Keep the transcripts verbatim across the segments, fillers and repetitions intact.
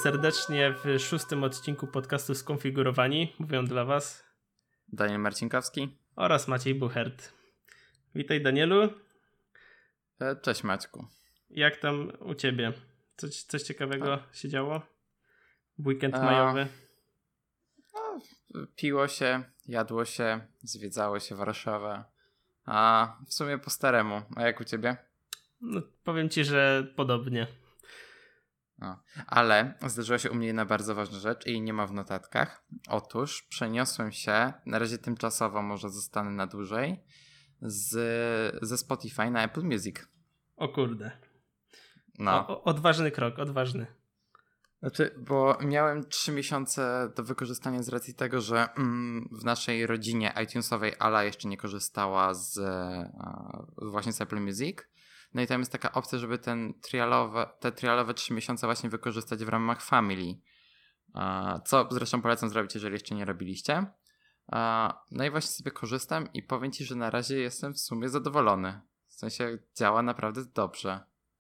serdecznie w szóstym odcinku podcastu Skonfigurowani. Mówią dla was Daniel Marcinkowski oraz Maciej Buchert. Witaj, Danielu. Cześć, Maćku. Jak tam u ciebie? Coś, coś ciekawego A. się działo? W weekend A... majowy? No, piło się, jadło się, zwiedzało się Warszawę. A w sumie po staremu. A jak u ciebie? No, powiem ci, że podobnie. No. Ale zdarzyła się u mnie jedna bardzo ważna rzecz i jej nie ma w notatkach. Otóż przeniosłem się, na razie tymczasowo, może zostanę na dłużej, z, ze Spotify na Apple Music. O kurde. No. O, odważny krok, odważny. Znaczy, bo miałem trzy miesiące do wykorzystania z racji tego, że mm, w naszej rodzinie iTunesowej Ala jeszcze nie korzystała z e, właśnie z Apple Music. No i tam jest taka opcja, żeby ten trialowe, te trialowe trzy miesiące właśnie wykorzystać w ramach Family. E, co zresztą polecam zrobić, jeżeli jeszcze nie robiliście. E, no i właśnie sobie korzystam i powiem ci, że na razie jestem w sumie zadowolony. W sensie działa naprawdę dobrze.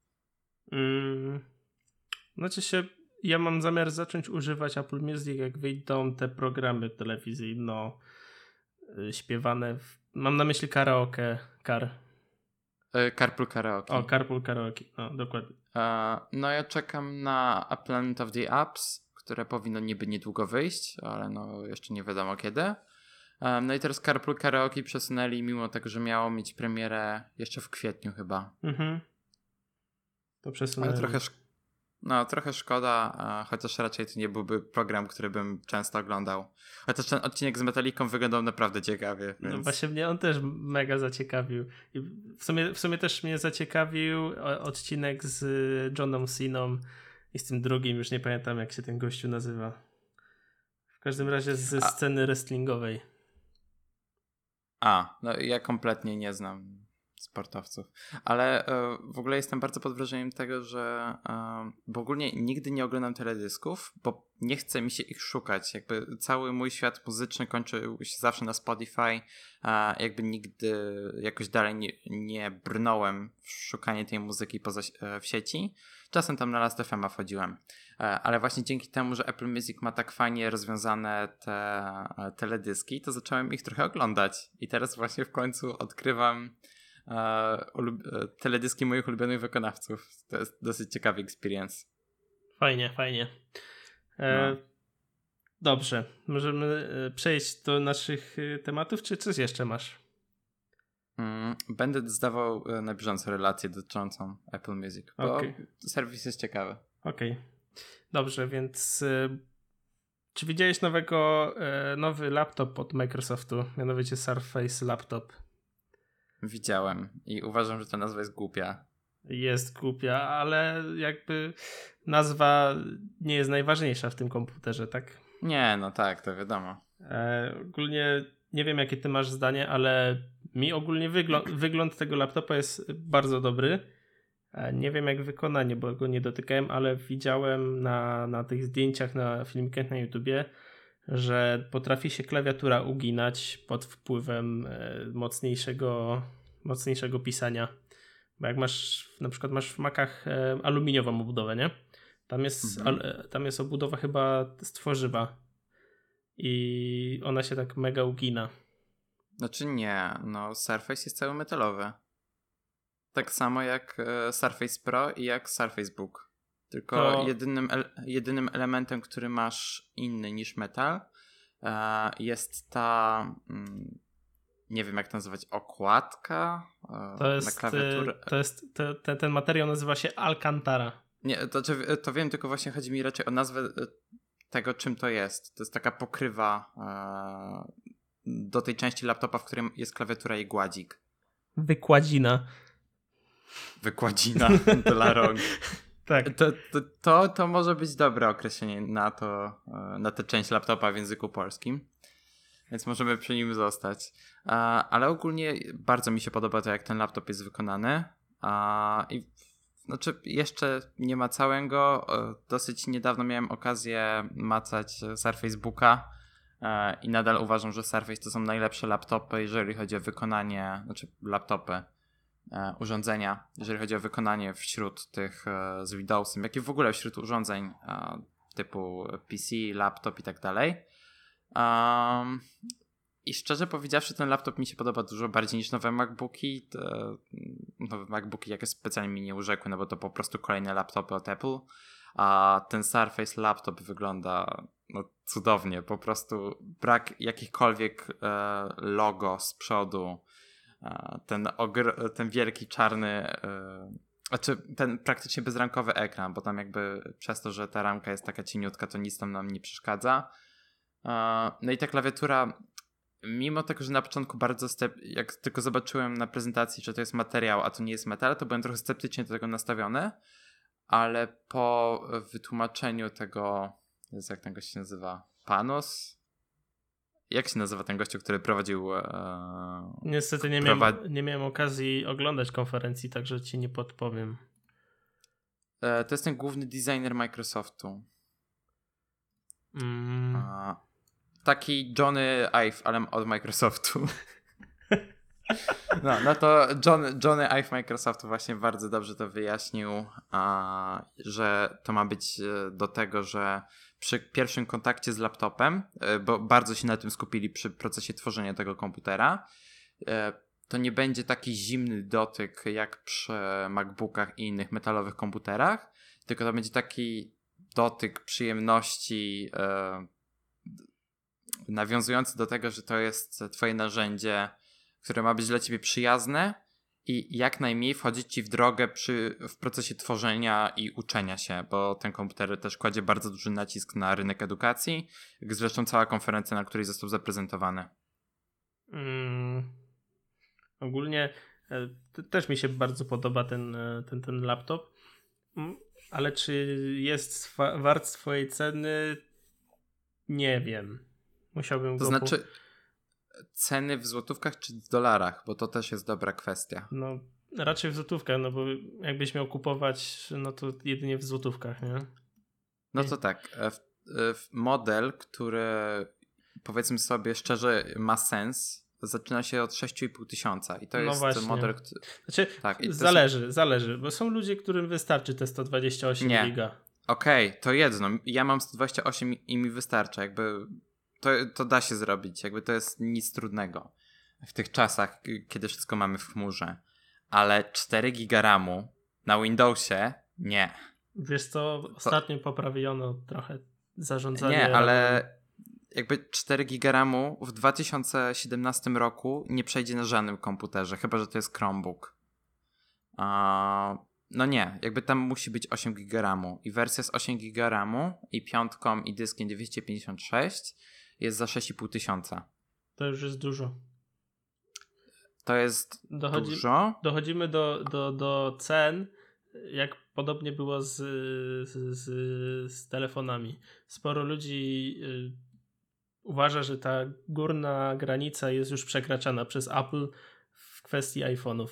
Mm, znaczy się... Ja mam zamiar zacząć używać Apple Music, jak wyjdą te programy telewizyjno śpiewane. W, mam na myśli karaoke, car. Carpool Karaoke. O, Carpool Karaoke, no dokładnie. Uh, no ja czekam na A Planet of the Apps, które powinno niby niedługo wyjść, ale no jeszcze nie wiadomo kiedy. Um, no i teraz Carpool Karaoke przesunęli, mimo tego, że miało mieć premierę jeszcze w kwietniu chyba. Mhm. To przesunęli. Ale trochę szkoda. No, trochę szkoda, chociaż raczej to nie byłby program, który bym często oglądał. Chociaż ten odcinek z Metallicą wyglądał naprawdę ciekawie. Więc... No właśnie mnie on też mega zaciekawił. I w sumie, w sumie też mnie zaciekawił odcinek z Johnem Ceną i z tym drugim, już nie pamiętam jak się ten gościu nazywa. W każdym razie ze A... sceny wrestlingowej. A, no ja kompletnie nie znam sportowców, ale e, w ogóle jestem bardzo pod wrażeniem tego, że e, bo ogólnie nigdy nie oglądam teledysków, bo nie chce mi się ich szukać, jakby cały mój świat muzyczny kończył się zawsze na Spotify, a jakby nigdy jakoś dalej nie, nie brnąłem w szukanie tej muzyki poza, e, w sieci. Czasem tam na Last F M a wchodziłem, e, ale właśnie dzięki temu, że Apple Music ma tak fajnie rozwiązane te e, teledyski, to zacząłem ich trochę oglądać i teraz właśnie w końcu odkrywam Uh, ulub- teledyski moich ulubionych wykonawców. To jest dosyć ciekawy experience. Fajnie, fajnie. E, no. Dobrze, możemy przejść do naszych tematów, czy coś jeszcze masz? Mm, będę zdawał na bieżąco relację dotyczącą Apple Music, bo okay. serwis jest ciekawy. Okej, okay. Dobrze, więc y, czy widziałeś nowego, y, nowy laptop od Microsoftu, mianowicie Surface Laptop? Widziałem i uważam, że ta nazwa jest głupia. Jest głupia, ale jakby nazwa nie jest najważniejsza w tym komputerze, tak? Nie, no tak, to wiadomo. E, ogólnie nie wiem, jakie ty masz zdanie, ale mi ogólnie wyglą- wygląd tego laptopa jest bardzo dobry. E, nie wiem, jak wykonanie, bo go nie dotykałem, ale widziałem na, na tych zdjęciach, na filmikach na YouTubie, że potrafi się klawiatura uginać pod wpływem e, mocniejszego, mocniejszego pisania. Bo jak masz, na przykład masz w Macach e, aluminiową obudowę, nie? Tam jest, mhm. al, tam jest obudowa chyba z tworzywa i ona się tak mega ugina. Znaczy nie, no Surface jest cały metalowy. Tak samo jak e, Surface Pro i jak Surface Book. Tylko to... jedynym, el- jedynym elementem, który masz inny niż metal, e, jest ta, mm, nie wiem jak to nazywać, okładka e, to jest, na klawiaturę. To jest, to, te, ten materiał nazywa się Alcantara. Nie, to, to wiem, tylko właśnie chodzi mi raczej o nazwę tego, czym to jest. To jest taka pokrywa e, do tej części laptopa, w którym jest klawiatura i gładzik. Wykładzina. Wykładzina dla rąk. Tak. To, to, to, to może być dobre określenie na to, na tę część laptopa w języku polskim. Więc możemy przy nim zostać. Ale ogólnie bardzo mi się podoba to, jak ten laptop jest wykonany. I znaczy jeszcze nie ma całego. Dosyć niedawno miałem okazję macać Surface Booka i nadal uważam, że Surface to są najlepsze laptopy, jeżeli chodzi o wykonanie, znaczy laptopy. E, urządzenia, jeżeli chodzi o wykonanie wśród tych e, z Windowsem, jak i w ogóle wśród urządzeń e, typu P C, laptop i tak dalej. Um, I szczerze powiedziawszy, ten laptop mi się podoba dużo bardziej niż nowe MacBooki. Te nowe MacBooki jakoś specjalnie mi nie urzekły, no bo to po prostu kolejne laptopy od Apple. A ten Surface laptop wygląda no, cudownie. Po prostu brak jakichkolwiek e, logo z przodu. E, ten, ogr- ten wielki czarny, e, znaczy ten praktycznie bezramkowy ekran, bo tam jakby przez to, że ta ramka jest taka cieniutka, to nic tam nam nie przeszkadza. E, no i ta klawiatura, mimo tego, że na początku bardzo, step- jak tylko zobaczyłem na prezentacji, że to jest materiał, a to nie jest metal, to byłem trochę sceptycznie do tego nastawiony. Ale po wytłumaczeniu tego, jak ten gość się nazywa? Panos? Jak się nazywa ten gościu, który prowadził... E, Niestety nie, prowadzi... miałem, nie miałem okazji oglądać konferencji, także ci nie podpowiem. E, to jest ten główny designer Microsoftu. Mm. E, taki Johnny Ive, ale od Microsoftu. No, no to John, Johnny Ive Microsoftu właśnie bardzo dobrze to wyjaśnił, a, że to ma być do tego, że przy pierwszym kontakcie z laptopem, bo bardzo się na tym skupili przy procesie tworzenia tego komputera, to nie będzie taki zimny dotyk jak przy MacBookach i innych metalowych komputerach, tylko to będzie taki dotyk przyjemności e, nawiązujący do tego, że to jest twoje narzędzie, które ma być dla ciebie przyjazne i jak najmniej wchodzić ci w drogę przy, w procesie tworzenia i uczenia się, bo ten komputer też kładzie bardzo duży nacisk na rynek edukacji, jak zresztą cała konferencja, na której został zaprezentowany. Mm. Ogólnie e, też mi się bardzo podoba ten, ten, ten laptop, mm, ale czy jest swa- wart swojej ceny? Nie wiem. Musiałbym To go... znaczy... Po... Ceny w złotówkach czy w dolarach? Bo to też jest dobra kwestia. No raczej w złotówkach, no bo jakbyś miał kupować, no to jedynie w złotówkach, nie? No to tak. W, w model, który powiedzmy sobie szczerze ma sens, zaczyna się od sześć i pół tysiąca i to no jest właśnie. model, który... Znaczy, tak, i zależy, są... zależy, bo są ludzie, którym wystarczy te sto dwadzieścia osiem Nie. giga. Okej, okay, to jedno. Ja mam sto dwadzieścia osiem i mi wystarcza. Jakby to, to da się zrobić. Jakby to jest nic trudnego w tych czasach, kiedy wszystko mamy w chmurze. Ale cztery giga ramu na Windowsie nie. Wiesz co, ostatnio to... poprawiono trochę zarządzanie. Nie, ale jakby cztery giga ramu w dwa tysiące siedemnastym roku nie przejdzie na żadnym komputerze, chyba że to jest Chromebook. Uh, no nie, jakby tam musi być osiem giga ramu i wersja z osiem giga ramu i piątką i dyskiem dwieście pięćdziesiąt sześć jest za sześć i pół tysiąca. To już jest dużo. To jest Dochodzi, dużo. Dochodzimy do, do, do cen, jak podobnie było z, z, z, z telefonami. Sporo ludzi y, uważa, że ta górna granica jest już przekraczana przez Apple w kwestii iPhone'ów.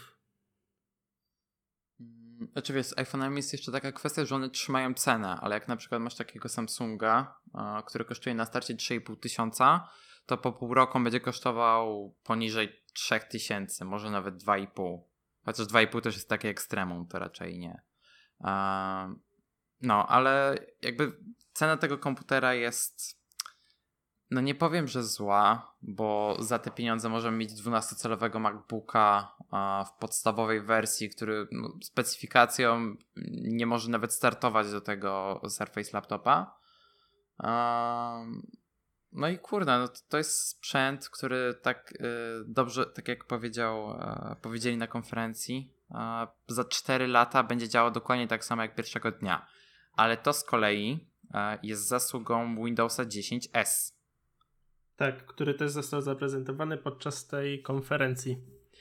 Oczywiście z iPhone'ami jest jeszcze taka kwestia, że one trzymają cenę, ale jak na przykład masz takiego Samsunga, uh, który kosztuje na starcie trzy i pół tysiąca, to po pół roku będzie kosztował poniżej trzy tysiące, może nawet dwa i pół. Chociaż dwa i pół też jest takie ekstremum, to raczej nie. Uh, no, ale jakby cena tego komputera jest, no nie powiem, że zła, bo za te pieniądze możemy mieć dwunastocalowego MacBooka uh, w podstawowej wersji, który no, specyfikacją nie może nawet startować do tego Surface laptopa. Uh, no i kurde, no to, to jest sprzęt, który tak y, dobrze, tak jak powiedział, y, powiedzieli na konferencji, y, za cztery lata będzie działał dokładnie tak samo jak pierwszego dnia. Ale to z kolei y, jest zasługą Windowsa dziesięć S. Tak, który też został zaprezentowany podczas tej konferencji.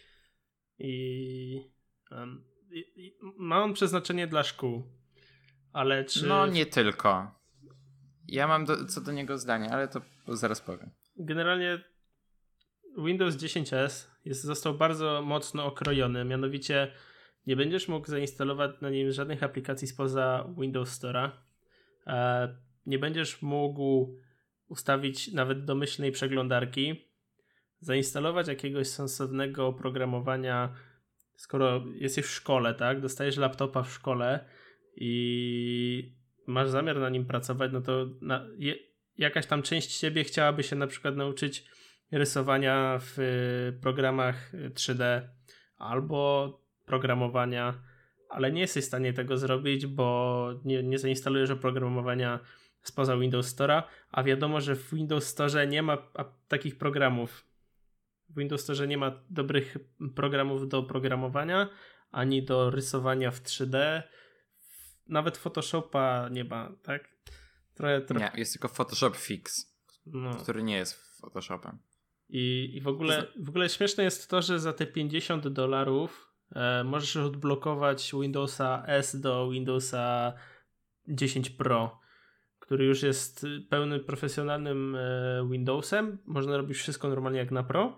I, um, i, i ma on przeznaczenie dla szkół, ale czy... No nie tylko. Ja mam do, co do niego zdanie, ale to zaraz powiem. Generalnie Windows dziesięć S jest, został bardzo mocno okrojony, mianowicie nie będziesz mógł zainstalować na nim żadnych aplikacji spoza Windows Store'a. E, nie będziesz mógł ustawić nawet domyślnej przeglądarki, zainstalować jakiegoś sensownego oprogramowania, skoro jesteś w szkole, tak? Dostajesz laptopa w szkole i masz zamiar na nim pracować, no to na, je, jakaś tam część ciebie chciałaby się na przykład nauczyć rysowania w y, programach trzy D albo programowania, ale nie jesteś w stanie tego zrobić, bo nie, nie zainstalujesz oprogramowania spoza Windows Store'a, a wiadomo, że w Windows Store nie ma a, takich programów. W Windows Store nie ma dobrych programów do programowania, ani do rysowania w trzy D. Nawet Photoshopa nie ma, tak? Trochę, trochę... Nie, jest tylko Photoshop Fix, no. który nie jest Photoshopem. I, i w, ogóle, w ogóle śmieszne jest to, że za te pięćdziesiąt dolarów e, możesz odblokować Windowsa S do Windowsa dziesięć Pro, który już jest pełnym profesjonalnym e, Windowsem. Można robić wszystko normalnie jak na Pro,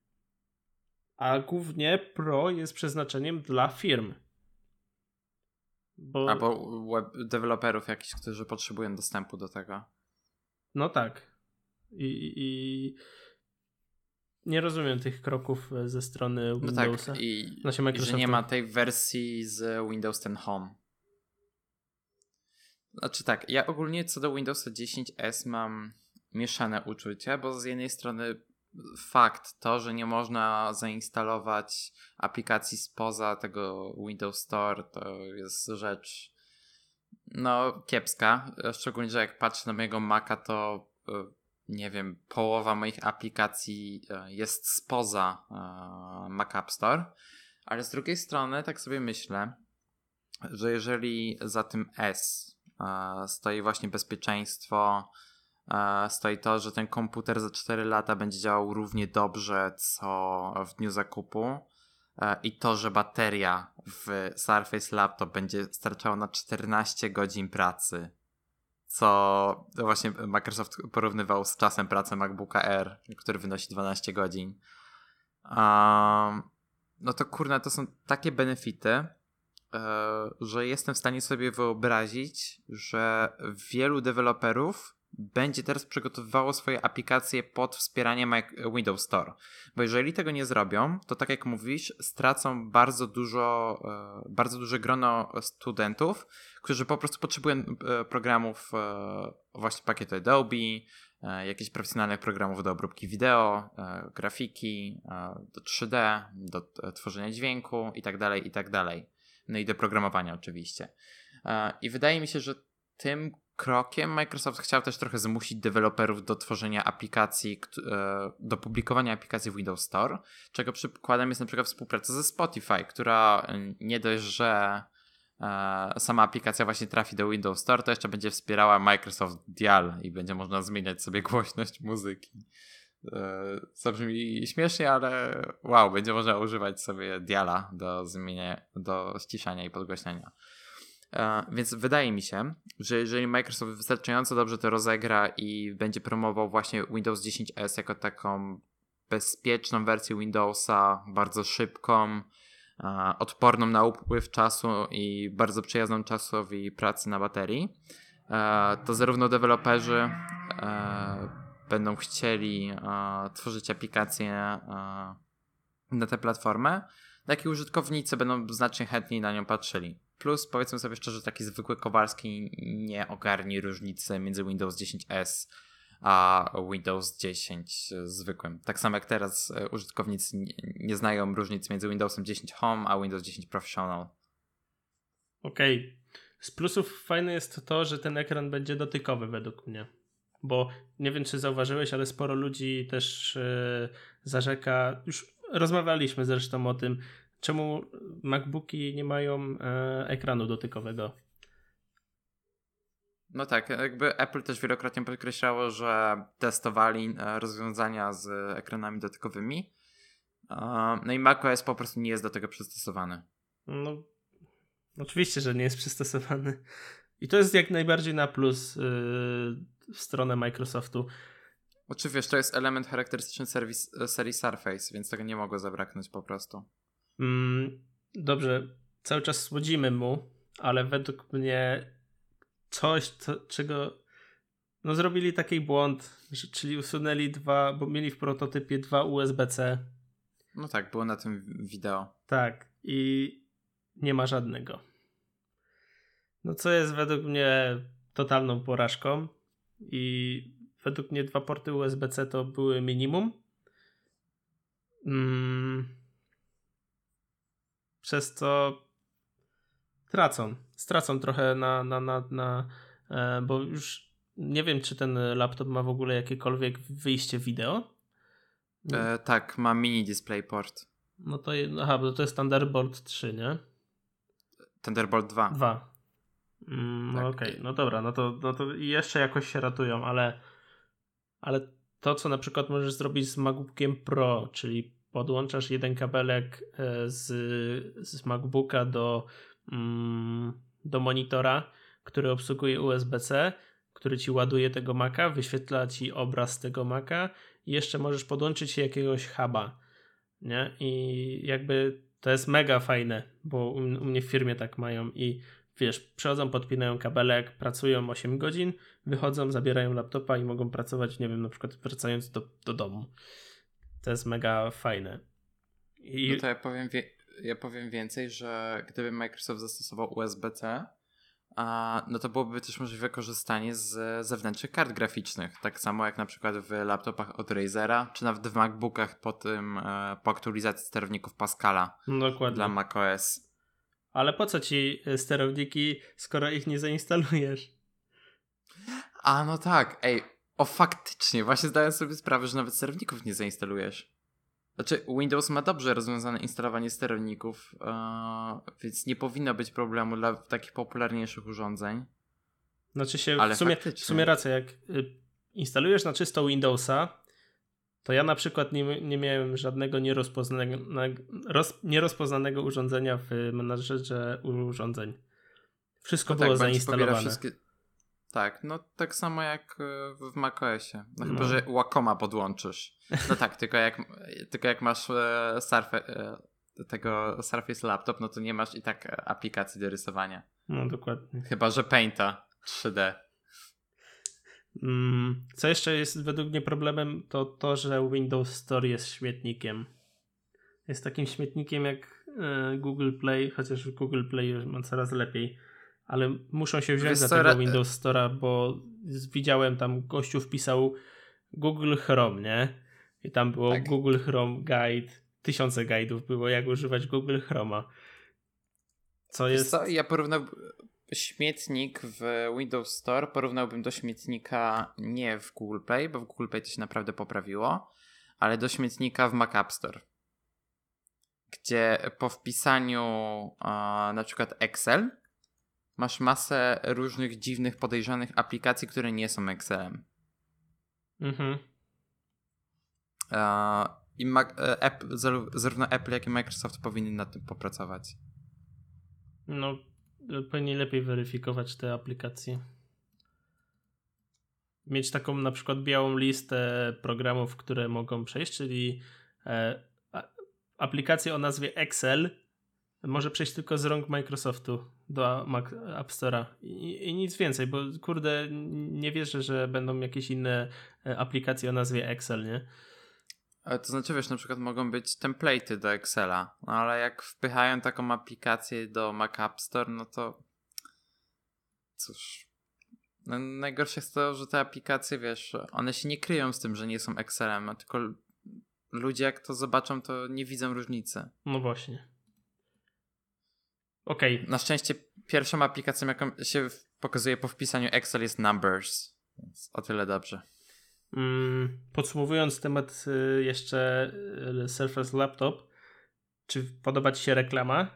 a głównie Pro jest przeznaczeniem dla firm. Bo... Albo web deweloperów jakichś, którzy potrzebują dostępu do tego. No tak. I, i nie rozumiem tych kroków ze strony Windowsa. No tak, i, znaczy i że nie ma tej wersji z Windows ten Home. Znaczy tak, ja ogólnie co do Windowsa dziesięć S mam mieszane uczucia, bo z jednej strony fakt to, że nie można zainstalować aplikacji spoza tego Windows Store, to jest rzecz no kiepska, szczególnie, że jak patrzę na mojego Maca, to nie wiem, połowa moich aplikacji jest spoza Mac App Store, ale z drugiej strony tak sobie myślę, że jeżeli za tym S stoi właśnie bezpieczeństwo, stoi to, że ten komputer za cztery lata będzie działał równie dobrze co w dniu zakupu i to, że bateria w Surface Laptop będzie starczała na czternaście godzin pracy, co właśnie Microsoft porównywał z czasem pracy MacBooka Air, który wynosi dwanaście godzin. Um, no to kurna, to są takie benefity, że jestem w stanie sobie wyobrazić, że wielu deweloperów będzie teraz przygotowywało swoje aplikacje pod wspieranie Windows Store. Bo jeżeli tego nie zrobią, to tak jak mówisz, stracą bardzo dużo, bardzo duże grono studentów, którzy po prostu potrzebują programów, właśnie pakietu Adobe, jakichś profesjonalnych programów do obróbki wideo, grafiki, do trzy D, do tworzenia dźwięku i tak dalej, i tak dalej. No i do programowania oczywiście. I wydaje mi się, że tym krokiem Microsoft chciał też trochę zmusić deweloperów do tworzenia aplikacji, do publikowania aplikacji w Windows Store, czego przykładem jest na przykład współpraca ze Spotify, która nie dość, że sama aplikacja właśnie trafi do Windows Store, to jeszcze będzie wspierała Microsoft Dial i będzie można zmieniać sobie głośność muzyki. Co brzmi śmiesznie, ale wow, będzie można używać sobie Diala do zmieniania, do ściszania i podgłaśniania. Więc wydaje mi się, że jeżeli Microsoft wystarczająco dobrze to rozegra i będzie promował właśnie Windows dziesięć S jako taką bezpieczną wersję Windowsa, bardzo szybką, odporną na upływ czasu i bardzo przyjazną czasowi pracy na baterii, to zarówno deweloperzy będą chcieli tworzyć aplikacje na tę platformę, jak i użytkownicy będą znacznie chętniej na nią patrzyli. Plus, powiedzmy sobie szczerze, taki zwykły Kowalski nie ogarni różnicy między Windows dziesięć S a Windows dziesięć zwykłym. Tak samo jak teraz użytkownicy nie, nie znają różnic między Windowsem dziesięć Home a Windows dziesięć Professional. Okej. Okay. Z plusów fajne jest to, że ten ekran będzie dotykowy według mnie. Bo nie wiem, czy zauważyłeś, ale sporo ludzi też yy, zarzeka, już rozmawialiśmy zresztą o tym, czemu MacBooki nie mają e, ekranu dotykowego. No tak, jakby Apple też wielokrotnie podkreślało, że testowali rozwiązania z ekranami dotykowymi. No i macOS po prostu nie jest do tego przystosowany. No, oczywiście, że nie jest przystosowany. I to jest jak najbardziej na plus yy, w stronę Microsoftu. Oczywiście, to jest element charakterystyczny serwis, serii Surface, więc tego nie mogło zabraknąć po prostu. Mm, dobrze, cały czas słodzimy mu, ale według mnie coś, co, czego no zrobili taki błąd, że, czyli usunęli dwa, bo mieli w prototypie dwa U S B C. No tak, było na tym wideo. Tak, i nie ma żadnego. No co jest według mnie totalną porażką i według mnie dwa porty U S B C to były minimum. Mm. Przez co tracą. Stracą trochę na, na, na, na e, bo już nie wiem, czy ten laptop ma w ogóle jakiekolwiek wyjście wideo. E, tak, ma mini DisplayPort. No to, aha, bo to jest Thunderbolt trzy, nie? Thunderbolt dwa. dwa. Mm, no tak. okej, okay. No dobra, no to, no to jeszcze jakoś się ratują, ale, ale to, co na przykład możesz zrobić z MacBookiem Pro, czyli podłączasz jeden kabelek z, z MacBooka do, mm, do monitora, który obsługuje U S B C, który ci ładuje tego Maca, wyświetla ci obraz tego Maca i jeszcze możesz podłączyć się jakiegoś huba, nie? I jakby to jest mega fajne, bo u, u mnie w firmie tak mają i wiesz, przychodzą, podpinają kabelek, pracują osiem godzin, wychodzą, zabierają laptopa i mogą pracować, nie wiem, na przykład wracając do, do domu. To jest mega fajne. I... No to ja powiem, wie- ja powiem więcej, że gdyby Microsoft zastosował U S B C, a, no to byłoby też możliwe korzystanie z zewnętrznych kart graficznych. Tak samo jak na przykład w laptopach od Razera, czy nawet w MacBookach po tym, e, po aktualizacji sterowników Pascala no, dokładnie. dla macOS. Ale po co ci sterowniki, skoro ich nie zainstalujesz? A no tak, ej, o faktycznie, właśnie zdałem sobie sprawę, że nawet sterowników nie zainstalujesz. Znaczy, Windows ma dobrze rozwiązane instalowanie sterowników, yy, więc nie powinno być problemu dla takich popularniejszych urządzeń. Znaczy się, Ale w sumie, faktycznie. w sumie racja, jak y, instalujesz na czysto Windowsa, to ja na przykład nie, nie miałem żadnego nierozpoznanego, roz, nierozpoznanego urządzenia w menadżerze urządzeń. Wszystko no było tak, zainstalowane. Wszystkie... Tak, no tak samo jak w macOSie. No, no. chyba, że Wacoma podłączysz. No tak, tylko jak, tylko jak masz e, surfe, e, tego Surface Laptop, no to nie masz i tak aplikacji do rysowania. No dokładnie. Chyba, że Painta trzy D. Mm, co jeszcze jest według mnie problemem, to to, że Windows Store jest śmietnikiem. Jest takim śmietnikiem jak e, Google Play, chociaż Google Play już ma coraz lepiej. Ale muszą się wziąć za tego Windows Store'a, bo widziałem tam gościu wpisał Google Chrome, nie? I tam było tak. Google Chrome Guide. Tysiące guide'ów było, jak używać Google Chroma. Co jest... Co? Ja porównałbym śmietnik w Windows Store, porównałbym do śmietnika nie w Google Play, bo w Google Play to się naprawdę poprawiło, ale do śmietnika w Mac App Store. Gdzie po wpisaniu uh, na przykład Excel masz masę różnych dziwnych, podejrzanych aplikacji, które nie są Excelem. Mhm. Uh, I Mac, Apple, zarówno Apple, jak i Microsoft powinny nad tym popracować. No, powinni lepiej weryfikować te aplikacje. Mieć taką na przykład białą listę programów, które mogą przejść, czyli e, a, aplikację o nazwie Excel może przejść tylko z rąk Microsoftu do Mac App Store'a I, i nic więcej, bo kurde, nie wierzę, że będą jakieś inne aplikacje o nazwie Excel, nie? Ale to znaczy, wiesz, na przykład mogą być template'y do Excela, no ale jak wpychają taką aplikację do Mac App Store, no to cóż, no, najgorsze jest to, że te aplikacje, wiesz, one się nie kryją z tym, że nie są Excelem, a tylko ludzie jak to zobaczą, to nie widzą różnicy. No właśnie. Okej. Okay. Na szczęście pierwszą aplikacją, jaką się pokazuje po wpisaniu Excel, jest Numbers, więc o tyle dobrze. Podsumowując temat jeszcze Surface Laptop, czy podoba ci się reklama?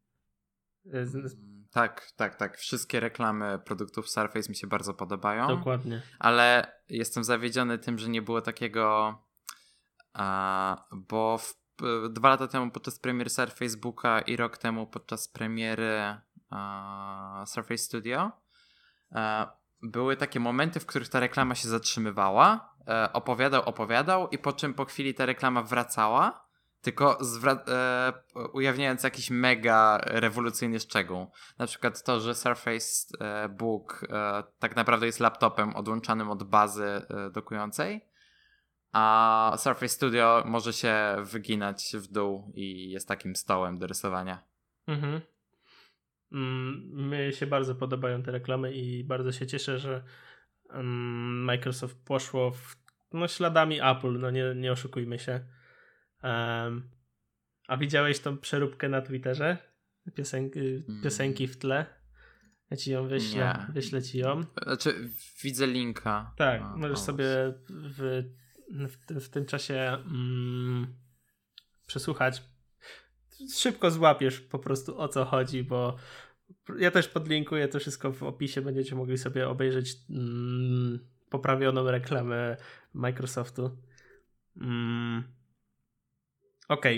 Tak, tak, tak. Wszystkie reklamy produktów Surface mi się bardzo podobają. Dokładnie. Ale jestem zawiedziony tym, że nie było takiego, a, bo w, dwa lata temu podczas premiery Surface Booka i rok temu podczas premiery a, Surface Studio a, były takie momenty, w których ta reklama się zatrzymywała, e, opowiadał, opowiadał i po czym po chwili ta reklama wracała, tylko zwra- e, ujawniając jakiś mega rewolucyjny szczegół. Na przykład to, że Surface e, Book e, tak naprawdę jest laptopem odłączanym od bazy e, dokującej, a Surface Studio może się wyginać w dół i jest takim stołem do rysowania. Mhm. My się bardzo podobają te reklamy i bardzo się cieszę, że Microsoft poszło w, no, śladami Apple, no nie, nie oszukujmy się. Um, a widziałeś tą przeróbkę na Twitterze? Piosenki, piosenki w tle? Ja ci ją wyślę, Nie. wyślę ci ją. Znaczy, widzę linka. Tak, no, możesz no. sobie w, w, w tym czasie mm, przesłuchać. Szybko złapiesz po prostu, o co chodzi, bo ja też podlinkuję to wszystko w opisie, będziecie mogli sobie obejrzeć mm, poprawioną reklamę Microsoftu. Mm. Okej.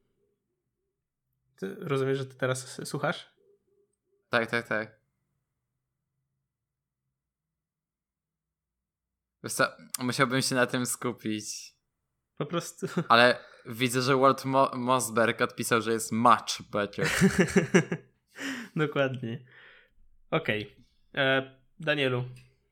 Okay. Rozumiem, że ty teraz słuchasz? Tak, tak, tak. Wiesz co, musiałbym się na tym skupić. Po prostu. Ale widzę, że Walt Mo- Mossberg odpisał, że jest much better. Dokładnie. Okej. Okay. Danielu,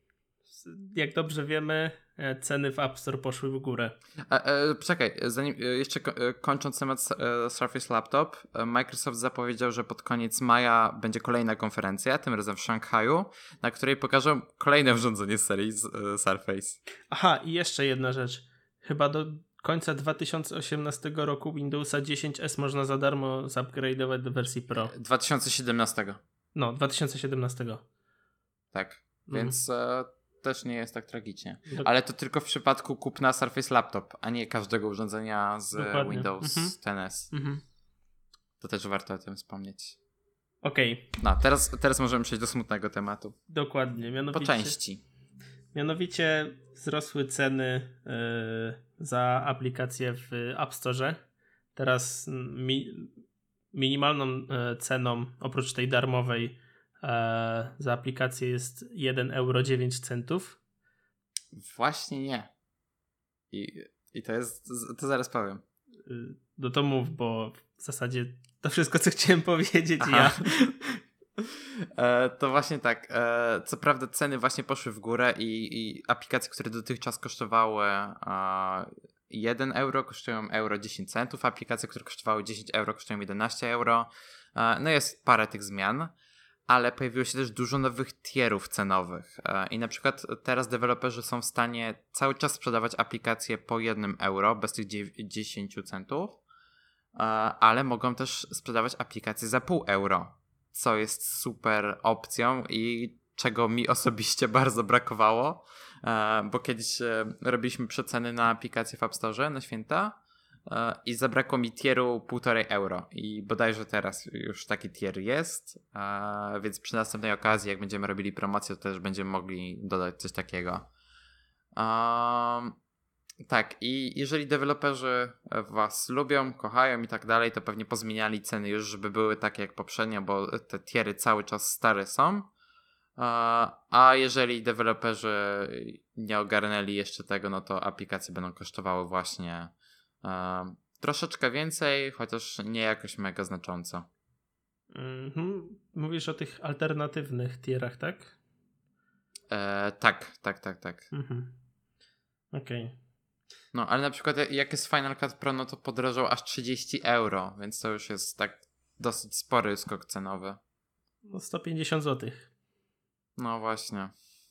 jak dobrze wiemy, ceny w App Store poszły w górę. E, e, czekaj, zanim jeszcze ko- kończąc temat e, Surface Laptop, e, Microsoft zapowiedział, że pod koniec maja będzie kolejna konferencja, tym razem w Szanghaju, na której pokażą kolejne urządzenie z serii z, e, Surface. Aha, i jeszcze jedna rzecz. Chyba do końca dwa tysiące osiemnastego roku Windowsa dziesięć S można za darmo zupgrade'ować do wersji Pro. dwa tysiące siedemnastego. No, dwa tysiące siedemnastego. Tak, mhm. więc e, też nie jest tak tragicznie. Do... Ale to tylko w przypadku kupna Surface Laptop, a nie każdego urządzenia z Dokładnie. Windows mhm. ten S. Mhm. To też warto o tym wspomnieć. Okej. Okay. No, teraz, teraz możemy przejść do smutnego tematu. Dokładnie. Mianowicie, po części. Mianowicie wzrosły ceny yy, za aplikacje w App Store. Teraz mi, minimalną yy, ceną, oprócz tej darmowej, yy, za aplikację jest jeden euro dziewięć centów. Właśnie nie. I, i to jest, to zaraz powiem. Yy, no to mów, bo w zasadzie to wszystko, co chciałem powiedzieć Aha. ja. E, to właśnie tak. E, co prawda ceny właśnie poszły w górę i, i aplikacje, które dotychczas kosztowały e, jeden euro, kosztują euro dziesięć centów. Aplikacje, które kosztowały dziesięć euro, kosztują jedenaście euro. E, no jest parę tych zmian, ale pojawiło się też dużo nowych tierów cenowych. E, I na przykład teraz deweloperzy są w stanie cały czas sprzedawać aplikacje po jednym euro, bez tych dziesięć centów, e, ale mogą też sprzedawać aplikacje za pół euro. Co jest super opcją i czego mi osobiście bardzo brakowało, bo kiedyś robiliśmy przeceny na aplikację w App Store na święta i zabrakło mi tieru półtorej euro i bodajże teraz już taki tier jest, więc przy następnej okazji, jak będziemy robili promocję, to też będziemy mogli dodać coś takiego. Um, Tak, i jeżeli deweloperzy was lubią, kochają i tak dalej, to pewnie pozmieniali ceny już, żeby były takie jak poprzednio, bo te tiery cały czas stare są. A jeżeli deweloperzy nie ogarnęli jeszcze tego, no to aplikacje będą kosztowały właśnie troszeczkę więcej, chociaż nie jakoś mega znacząco. Mm-hmm. Mówisz o tych alternatywnych tierach, tak? E, tak, tak, tak, tak. Mm-hmm. Okej. Okay. No, ale na przykład jak jest Final Cut Pro, no to podrożał aż trzydzieści euro, więc to już jest tak dosyć spory skok cenowy. No sto pięćdziesiąt złotych. No właśnie.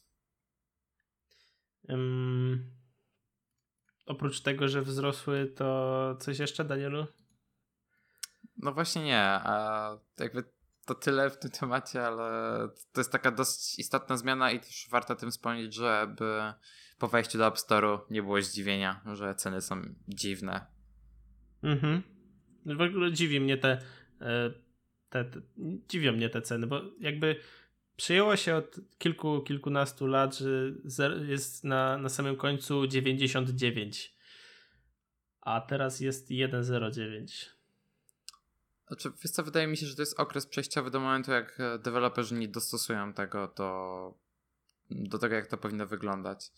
Um, oprócz tego, że wzrosły, to coś jeszcze, Danielu? No właśnie nie, a jakby to tyle w tym temacie, ale to jest taka dosyć istotna zmiana i też warto o tym wspomnieć, żeby po wejściu do App Store'u nie było zdziwienia, że ceny są dziwne. Mhm. W ogóle dziwi mnie te, te, te dziwią mnie te ceny, bo jakby przyjęło się od kilku, kilkunastu lat, że jest na, na samym końcu dziewięćdziesiąt dziewięć, a teraz jest jeden zero dziewięć. Znaczy, wiesz co, wydaje mi się, że to jest okres przejściowy do momentu, jak deweloperzy nie dostosują tego do, do tego, jak to powinno wyglądać.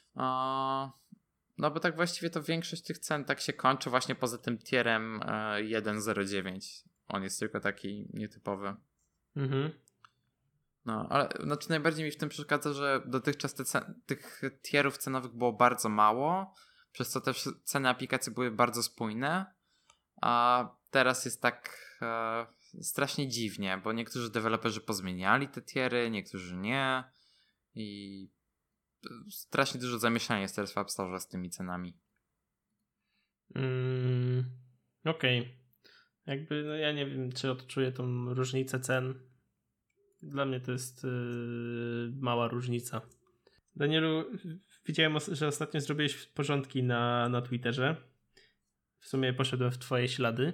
No bo tak właściwie to większość tych cen tak się kończy właśnie poza tym tierem jeden zero dziewięć. On jest tylko taki nietypowy. Mhm. No, ale znaczy najbardziej mi w tym przeszkadza, że dotychczas te cen- tych tierów cenowych było bardzo mało, przez co też ceny aplikacji były bardzo spójne, a teraz jest tak, strasznie dziwnie, bo niektórzy deweloperzy pozmieniali te tiery, niektórzy nie i strasznie dużo zamieszania jest teraz w App Store z tymi cenami. Mm, Okej. Okay. Jakby, no ja nie wiem, czy odczuję tą różnicę cen. Dla mnie to jest yy, mała różnica. Danielu, widziałem, że ostatnio zrobiłeś porządki na, na Twitterze. W sumie poszedłem w twoje ślady.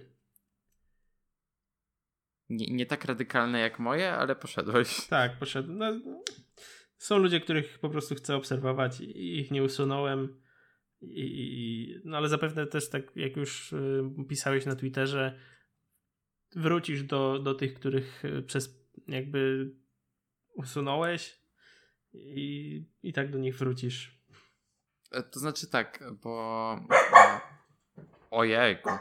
Nie, nie tak radykalne jak moje, ale poszedłeś. Tak, poszedłem. No, są ludzie, których po prostu chcę obserwować i ich nie usunąłem. I, i, no ale zapewne też tak jak już y, pisałeś na Twitterze, wrócisz do, do tych, których przez jakby usunąłeś i, i tak do nich wrócić. To znaczy tak, bo ojejku.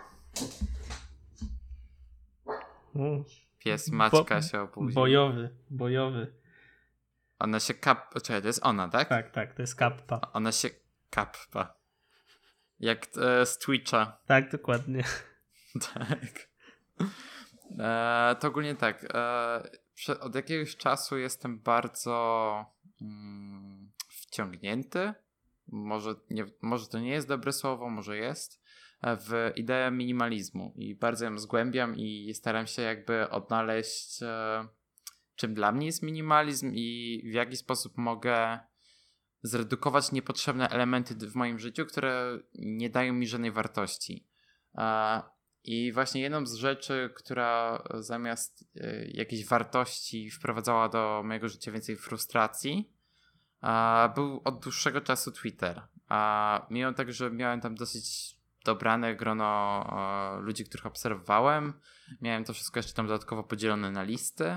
Pies Maćka Bo, się obudził. Bojowy, bojowy. Ona się kap... Czekaj, to jest ona, tak? Tak, tak, to jest kappa. Ona się kappa. Jak e, z Twitcha. Tak, dokładnie. Tak. E, to ogólnie tak. E, prze, od jakiegoś czasu jestem bardzo mm, wciągnięty. Może, nie, może to nie jest dobre słowo, może jest. W ideę minimalizmu. I bardzo ją zgłębiam i staram się jakby odnaleźć e, czym dla mnie jest minimalizm i w jaki sposób mogę zredukować niepotrzebne elementy w moim życiu, które nie dają mi żadnej wartości. I właśnie jedną z rzeczy, która zamiast jakiejś wartości wprowadzała do mojego życia więcej frustracji, był od dłuższego czasu Twitter. Mimo tak, że miałem tam dosyć dobrane grono ludzi, których obserwowałem, miałem to wszystko jeszcze tam dodatkowo podzielone na listy,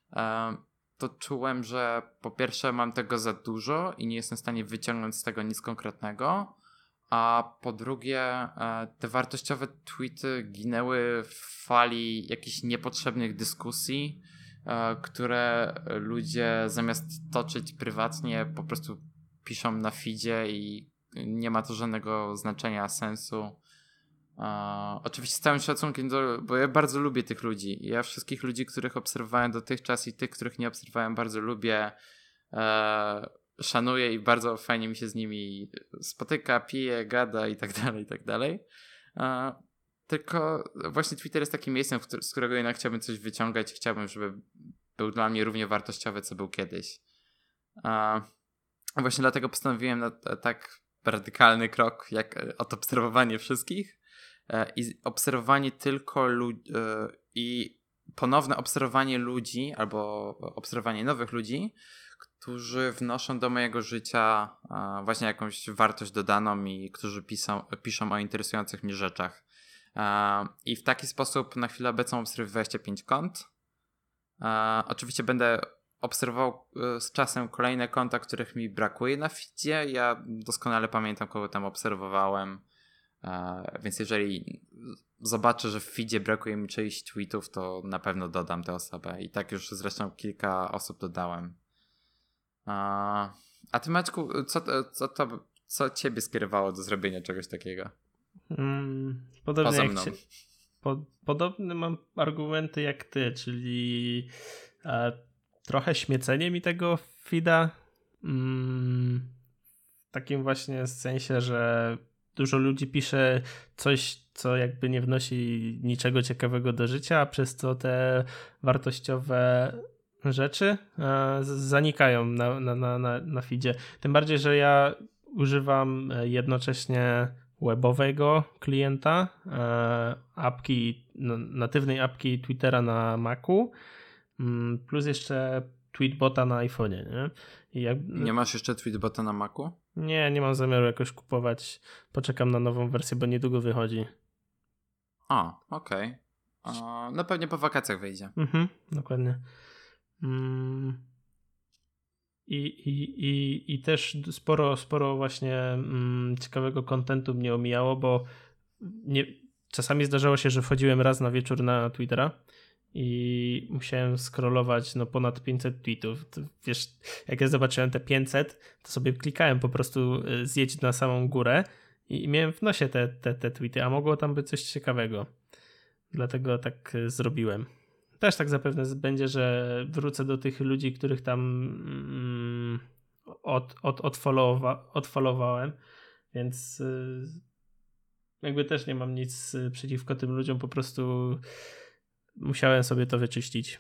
to czułem, że po pierwsze mam tego za dużo i nie jestem w stanie wyciągnąć z tego nic konkretnego, a po drugie te wartościowe tweety ginęły w fali jakichś niepotrzebnych dyskusji, które ludzie zamiast toczyć prywatnie po prostu piszą na feedzie i nie ma to żadnego znaczenia, sensu. Uh, oczywiście z całym szacunkiem, do, bo ja bardzo lubię tych ludzi. Ja wszystkich ludzi, których obserwowałem dotychczas i tych, których nie obserwowałem, bardzo lubię, e, szanuję i bardzo fajnie mi się z nimi spotyka, pije, gada i tak dalej, i tak dalej. E, tylko właśnie Twitter jest takim miejscem, któ- z którego jednak chciałbym coś wyciągać. Chciałbym, żeby był dla mnie równie wartościowy, co był kiedyś. E, właśnie dlatego postanowiłem na t- tak radykalny krok, jak odobserwowanie wszystkich i obserwowanie tylko ludzi i ponowne obserwowanie ludzi albo obserwowanie nowych ludzi, którzy wnoszą do mojego życia właśnie jakąś wartość dodaną i którzy piszą, piszą o interesujących mnie rzeczach. I w taki sposób na chwilę obecną obserwuję dwadzieścia pięć kont. Oczywiście będę obserwował z czasem kolejne konta, których mi brakuje na feedzie. Ja doskonale pamiętam, kogo tam obserwowałem. Uh, więc jeżeli zobaczę, że w feedzie brakuje mi czyichś tweetów, to na pewno dodam tę osobę. I tak już zresztą kilka osób dodałem. Uh, a ty, Maćku, co, co, to, co ciebie skierowało do zrobienia czegoś takiego? Mm, podobnie Poza jak mną. Cię, po, podobne mam argumenty jak ty, czyli e, trochę śmiecenie mi tego feeda. Mm, w takim właśnie sensie, że dużo ludzi pisze coś, co jakby nie wnosi niczego ciekawego do życia, a przez co te wartościowe rzeczy e, zanikają na, na, na, na, na feedzie. Tym bardziej, że ja używam jednocześnie webowego klienta, e, apki, no, natywnej apki Twittera na Macu, mm, plus jeszcze Tweetbota na iPhone'ie. Nie? I jak, nie masz jeszcze Tweetbota na Macu? Nie, nie mam zamiaru jakoś kupować. Poczekam na nową wersję, bo niedługo wychodzi. O, okej. Okay. No pewnie po wakacjach wyjdzie. Mhm, dokładnie. Mm. I, i, i, I też sporo, sporo właśnie mm, ciekawego kontentu mnie omijało, bo nie, czasami zdarzało się, że wchodziłem raz na wieczór na Twittera i musiałem scrollować no ponad pięćset tweetów. To, wiesz, jak ja zobaczyłem te pięćset, to sobie klikałem po prostu zjedź na samą górę i, i miałem w nosie te, te, te tweety, a mogło tam być coś ciekawego. Dlatego tak zrobiłem. też tak zapewne będzie, że wrócę do tych ludzi, których tam mm, od, od, odfollowa, odfollowowałem, więc y, jakby też nie mam nic przeciwko tym ludziom, po prostu musiałem sobie to wyczyścić.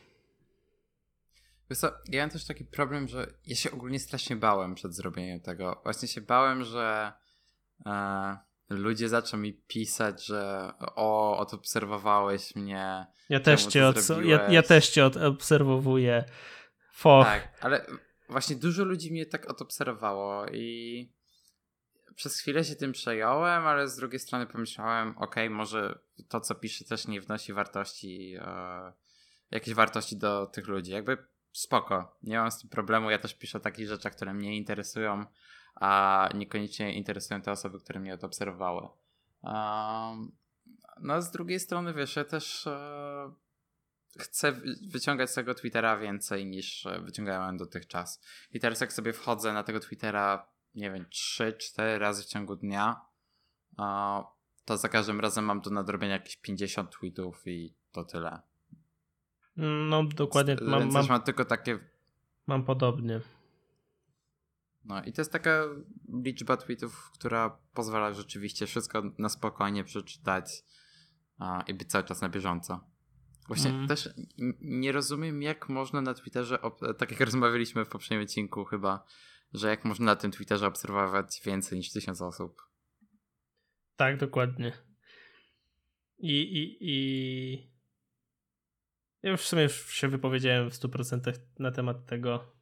Wiesz co, ja mam też taki problem, że ja się ogólnie strasznie bałem przed zrobieniem tego. Właśnie się bałem, że e, ludzie zaczną mi pisać, że o, odobserwowałeś mnie. Ja też cię, od, ja, ja też cię odobserwowuję. Foch. Tak, ale właśnie dużo ludzi mnie tak odobserwowało i przez chwilę się tym przejąłem, ale z drugiej strony pomyślałem, okej, okay, może to, co piszę, też nie wnosi wartości, e, jakiejś wartości do tych ludzi. Jakby spoko, nie mam z tym problemu. Ja też piszę o takich rzeczach, które mnie interesują, a niekoniecznie interesują te osoby, które mnie odobserwowały. Um, no a z drugiej strony, wiesz, ja też e, chcę wyciągać z tego Twittera więcej niż wyciągałem dotychczas. I teraz jak sobie wchodzę na tego Twittera, nie wiem, trzy cztery razy w ciągu dnia, to za każdym razem mam do nadrobienia jakieś pięćdziesiąt tweetów i to tyle. No dokładnie. Więc mam, mam, mam tylko takie... Mam podobnie. No i to jest taka liczba tweetów, która pozwala rzeczywiście wszystko na spokojnie przeczytać a, i być cały czas na bieżąco. Właśnie mm. też nie rozumiem, jak można na Twitterze, tak jak rozmawialiśmy w poprzednim odcinku chyba, że jak można na tym Twitterze obserwować więcej niż tysiąc osób. Tak, dokładnie. I, i, i... Ja już w sumie się wypowiedziałem w stu procentach na temat tego.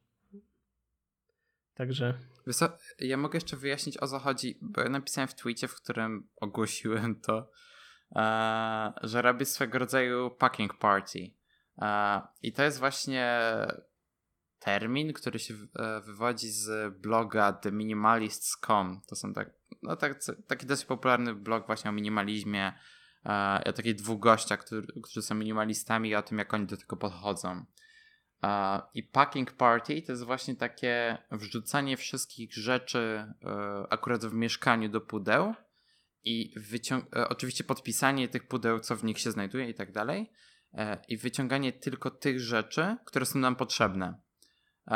Także... Wiesz co, ja mogę jeszcze wyjaśnić, o co chodzi, bo ja napisałem w tweetie, w którym ogłosiłem to, e, że robię swego rodzaju packing party. E, I to jest właśnie termin, który się e, wywodzi z bloga the minimalists kropka com. To są tak, no tak, taki dosyć popularny blog właśnie o minimalizmie, e, o takich dwóch gościach, który, którzy są minimalistami i o tym, jak oni do tego podchodzą. Uh, I packing party to jest właśnie takie wrzucanie wszystkich rzeczy uh, akurat w mieszkaniu do pudeł i wyciąg- uh, oczywiście podpisanie tych pudeł, co w nich się znajduje i tak dalej, uh, i wyciąganie tylko tych rzeczy, które są nam potrzebne. Uh,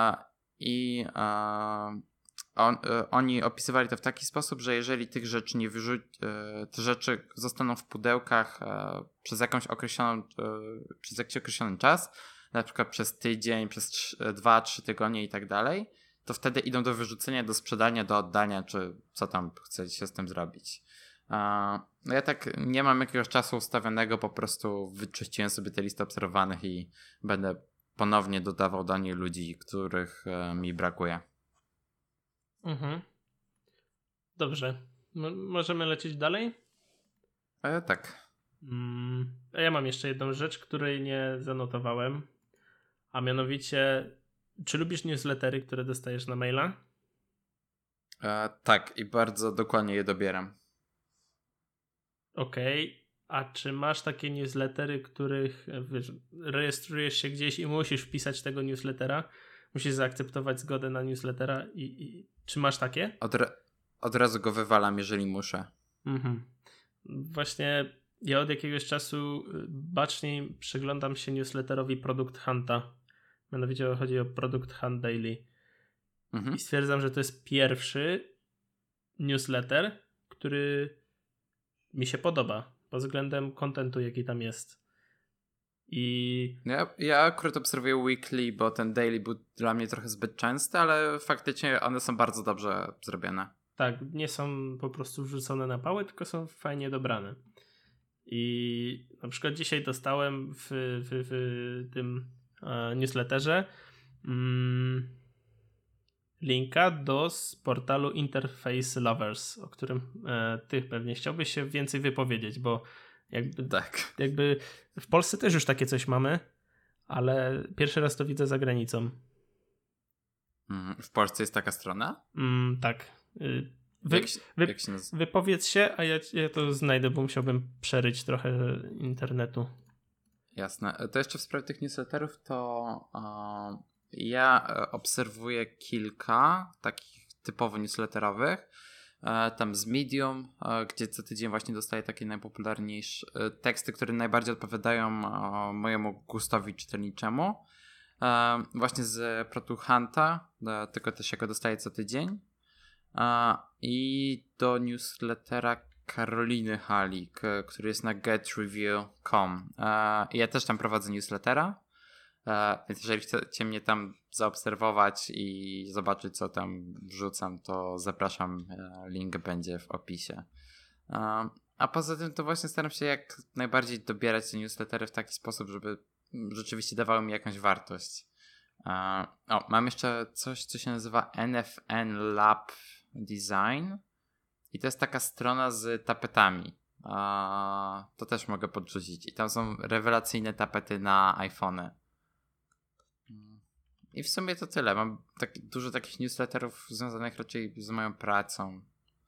I uh, on, uh, oni opisywali to w taki sposób, że jeżeli tych rzeczy nie wyrzuć, uh, te rzeczy zostaną w pudełkach uh, przez jakąś określoną, uh, przez jakiś określony czas, na przykład przez tydzień, przez dwa trzy tygodnie i tak dalej, to wtedy idą do wyrzucenia, do sprzedania, do oddania, czy co tam chcecie z tym zrobić. No ja tak nie mam jakiegoś czasu ustawionego, po prostu wyczyściłem sobie te listy obserwowanych i będę ponownie dodawał do niej ludzi, których mi brakuje. Mhm. Dobrze. M- możemy lecieć dalej? E, tak. Mm, a ja mam jeszcze jedną rzecz, której nie zanotowałem. A mianowicie, czy lubisz newslettery, które dostajesz na maila? E, tak, i bardzo dokładnie je dobieram. Okej, okay. A czy masz takie newslettery, których wiesz, rejestrujesz się gdzieś i musisz wpisać tego newslettera? Musisz zaakceptować zgodę na newslettera i, i... czy masz takie? Od, ra- od razu go wywalam, jeżeli muszę. Mhm. Właśnie ja od jakiegoś czasu baczniej przyglądam się newsletterowi Product Hunta. Mianowicie chodzi o Product Hunt Daily. Mhm. I stwierdzam, że to jest pierwszy newsletter, który mi się podoba pod względem kontentu, jaki tam jest. I ja, ja akurat obserwuję weekly, bo ten daily był dla mnie trochę zbyt częsty, ale faktycznie one są bardzo dobrze zrobione. Tak, nie są po prostu wrzucone na pałę, tylko są fajnie dobrane. I na przykład dzisiaj dostałem w, w, w tym e, newsletterze mm, linka do z portalu Interface Lovers, o którym e, ty pewnie chciałbyś się więcej wypowiedzieć, bo jakby, tak. jakby w Polsce też już takie coś mamy, ale pierwszy raz to widzę za granicą. Mm, w Polsce jest taka strona? Mm, tak. Wy, jak się, wy, jak się nazywa? Wypowiedz się, a ja, ja to znajdę, bo musiałbym przeryć trochę internetu. Jasne. To jeszcze w sprawie tych newsletterów, to uh, ja obserwuję kilka takich typowo newsletterowych. tam z Medium, gdzie co tydzień właśnie dostaję takie najpopularniejsze teksty, które najbardziej odpowiadają mojemu gustowi czytelniczemu. Właśnie z Protu Hunta, tylko też jako dostaję co tydzień. I do newslettera Karoliny Halik, który jest na get review kropka com. Ja też tam prowadzę newslettera. Więc jeżeli chcecie mnie tam zaobserwować i zobaczyć, co tam wrzucam, to zapraszam. Link będzie w opisie. A poza tym to właśnie staram się jak najbardziej dobierać te newslettery w taki sposób, żeby rzeczywiście dawały mi jakąś wartość. O, mam jeszcze coś, co się nazywa N F N Lab Design i to jest taka strona z tapetami. To też mogę podrzucić. I tam są rewelacyjne tapety na iPhony. I w sumie to tyle. Mam tak, dużo takich newsletterów związanych raczej z moją pracą.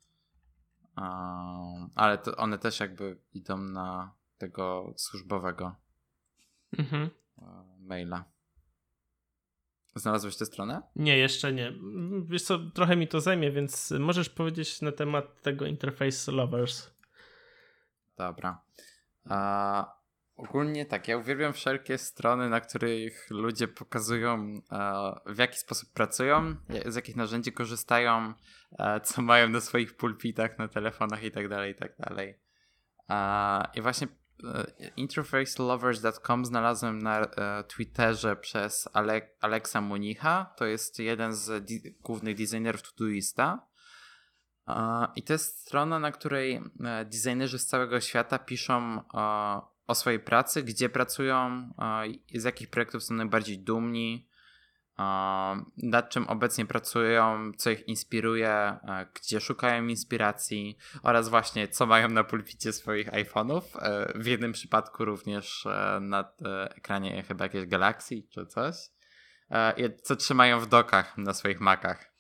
Um, ale to one też jakby idą na tego służbowego mhm. maila. Znalazłeś tę stronę? Nie, jeszcze nie. Wiesz co, trochę mi to zajmie, więc możesz powiedzieć na temat tego Interface Lovers. Dobra. A... Ogólnie tak, ja uwielbiam wszelkie strony, na których ludzie pokazują e, w jaki sposób pracują, z jakich narzędzi korzystają, e, co mają na swoich pulpitach, na telefonach i tak dalej, i tak dalej. E, I właśnie e, interface lovers kropka com znalazłem na e, Twitterze przez Ale- Alexa Municha, to jest jeden z di- głównych designerów Todoista. E, I to jest strona, na której e, designerzy z całego świata piszą e, o swojej pracy, gdzie pracują, z jakich projektów są najbardziej dumni, nad czym obecnie pracują, co ich inspiruje, gdzie szukają inspiracji oraz właśnie co mają na pulpicie swoich iPhone'ów. W jednym przypadku również na ekranie chyba jakiejś Galaxy czy coś. Co trzymają w dokach na swoich Macach.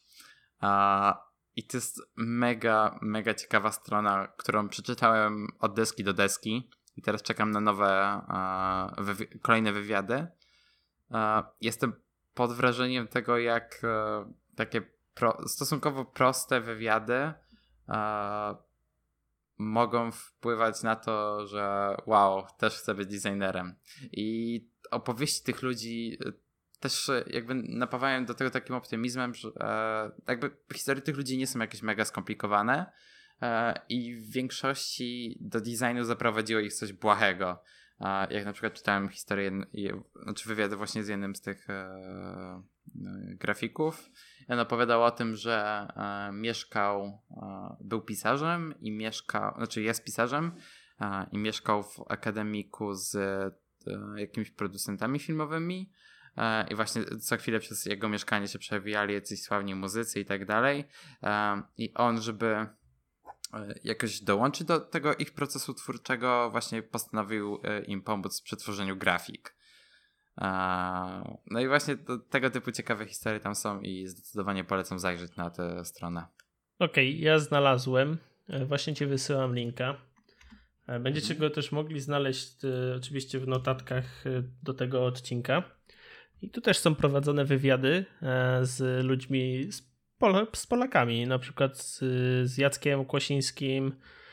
I to jest mega, mega ciekawa strona, którą przeczytałem od deski do deski. I teraz czekam na nowe, e, wywi- kolejne wywiady. E, jestem pod wrażeniem tego, jak e, takie pro, stosunkowo proste wywiady e, mogą wpływać na to, że wow, też chcę być designerem. I opowieści tych ludzi też jakby napawają do tego takim optymizmem, że e, jakby historie tych ludzi nie są jakieś mega skomplikowane. I w większości do designu zaprowadziło ich coś błahego. Jak na przykład czytałem historię, znaczy wywiady właśnie z jednym z tych e, grafików. I on opowiadał o tym, że e, mieszkał, e, był pisarzem i mieszkał, znaczy jest pisarzem e, i mieszkał w akademiku z e, jakimiś producentami filmowymi. I właśnie co chwilę przez jego mieszkanie się przewijali jacyś sławni muzycy i tak dalej. I on, żeby jakoś dołączyć do tego ich procesu twórczego, właśnie postanowił im pomóc przy tworzeniu grafik. No i właśnie to, tego typu ciekawe historie tam są i zdecydowanie polecam zajrzeć na tę stronę. Okej, okay, ja znalazłem. Właśnie ci wysyłam linka. Będziecie mhm. go też mogli znaleźć oczywiście w notatkach do tego odcinka. I tu też są prowadzone wywiady z ludźmi z Pol- z Polakami, na przykład z, z Jackiem Kłosińskim,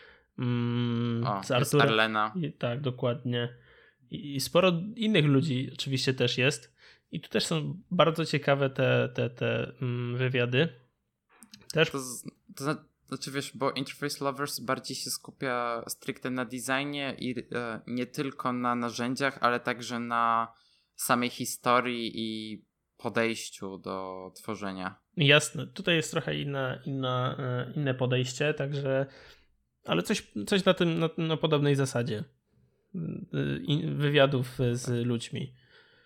mm, o, z Arturem. Arlena. I, tak, dokładnie. I, I sporo innych ludzi oczywiście też jest. I tu też są bardzo ciekawe te, te, te mm, wywiady. Też... To, to znaczy wiesz, bo Interface Lovers bardziej się skupia stricte na designie i e, nie tylko na narzędziach, ale także na samej historii i podejściu do tworzenia. Jasne, tutaj jest trochę inna, inna, inne podejście, także ale coś, coś na tym, na, na podobnej zasadzie wywiadów z ludźmi.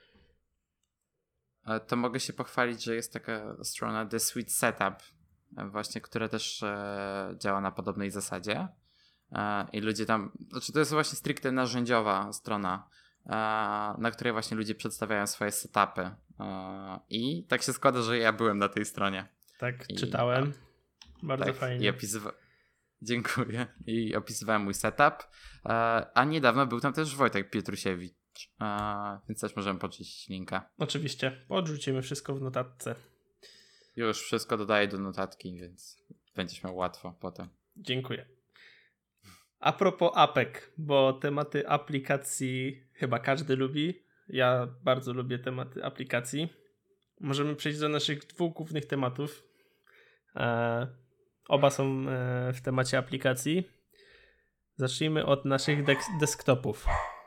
To mogę się pochwalić, że jest taka strona The Sweet Setup właśnie, która też e, działa na podobnej zasadzie e, i ludzie tam, znaczy to jest właśnie stricte narzędziowa strona, e, na której właśnie ludzie przedstawiają swoje setupy. I tak się składa, że ja byłem na tej stronie. Tak, I, czytałem. Bardzo tak, fajnie. I opisywa... Dziękuję. I opisywałem mój setup. A niedawno był tam też Wojtek Pietrusiewicz, więc też możemy poczuć linka. Oczywiście. Podrzucimy wszystko w notatce. Już wszystko dodaję do notatki, więc będziesz miał łatwo potem. Dziękuję. A propos apek, bo tematy aplikacji chyba każdy lubi. Ja bardzo lubię tematy aplikacji. Możemy przejść do naszych dwóch głównych tematów. E, oba są e, w temacie aplikacji. Zacznijmy od naszych dek- desktopów.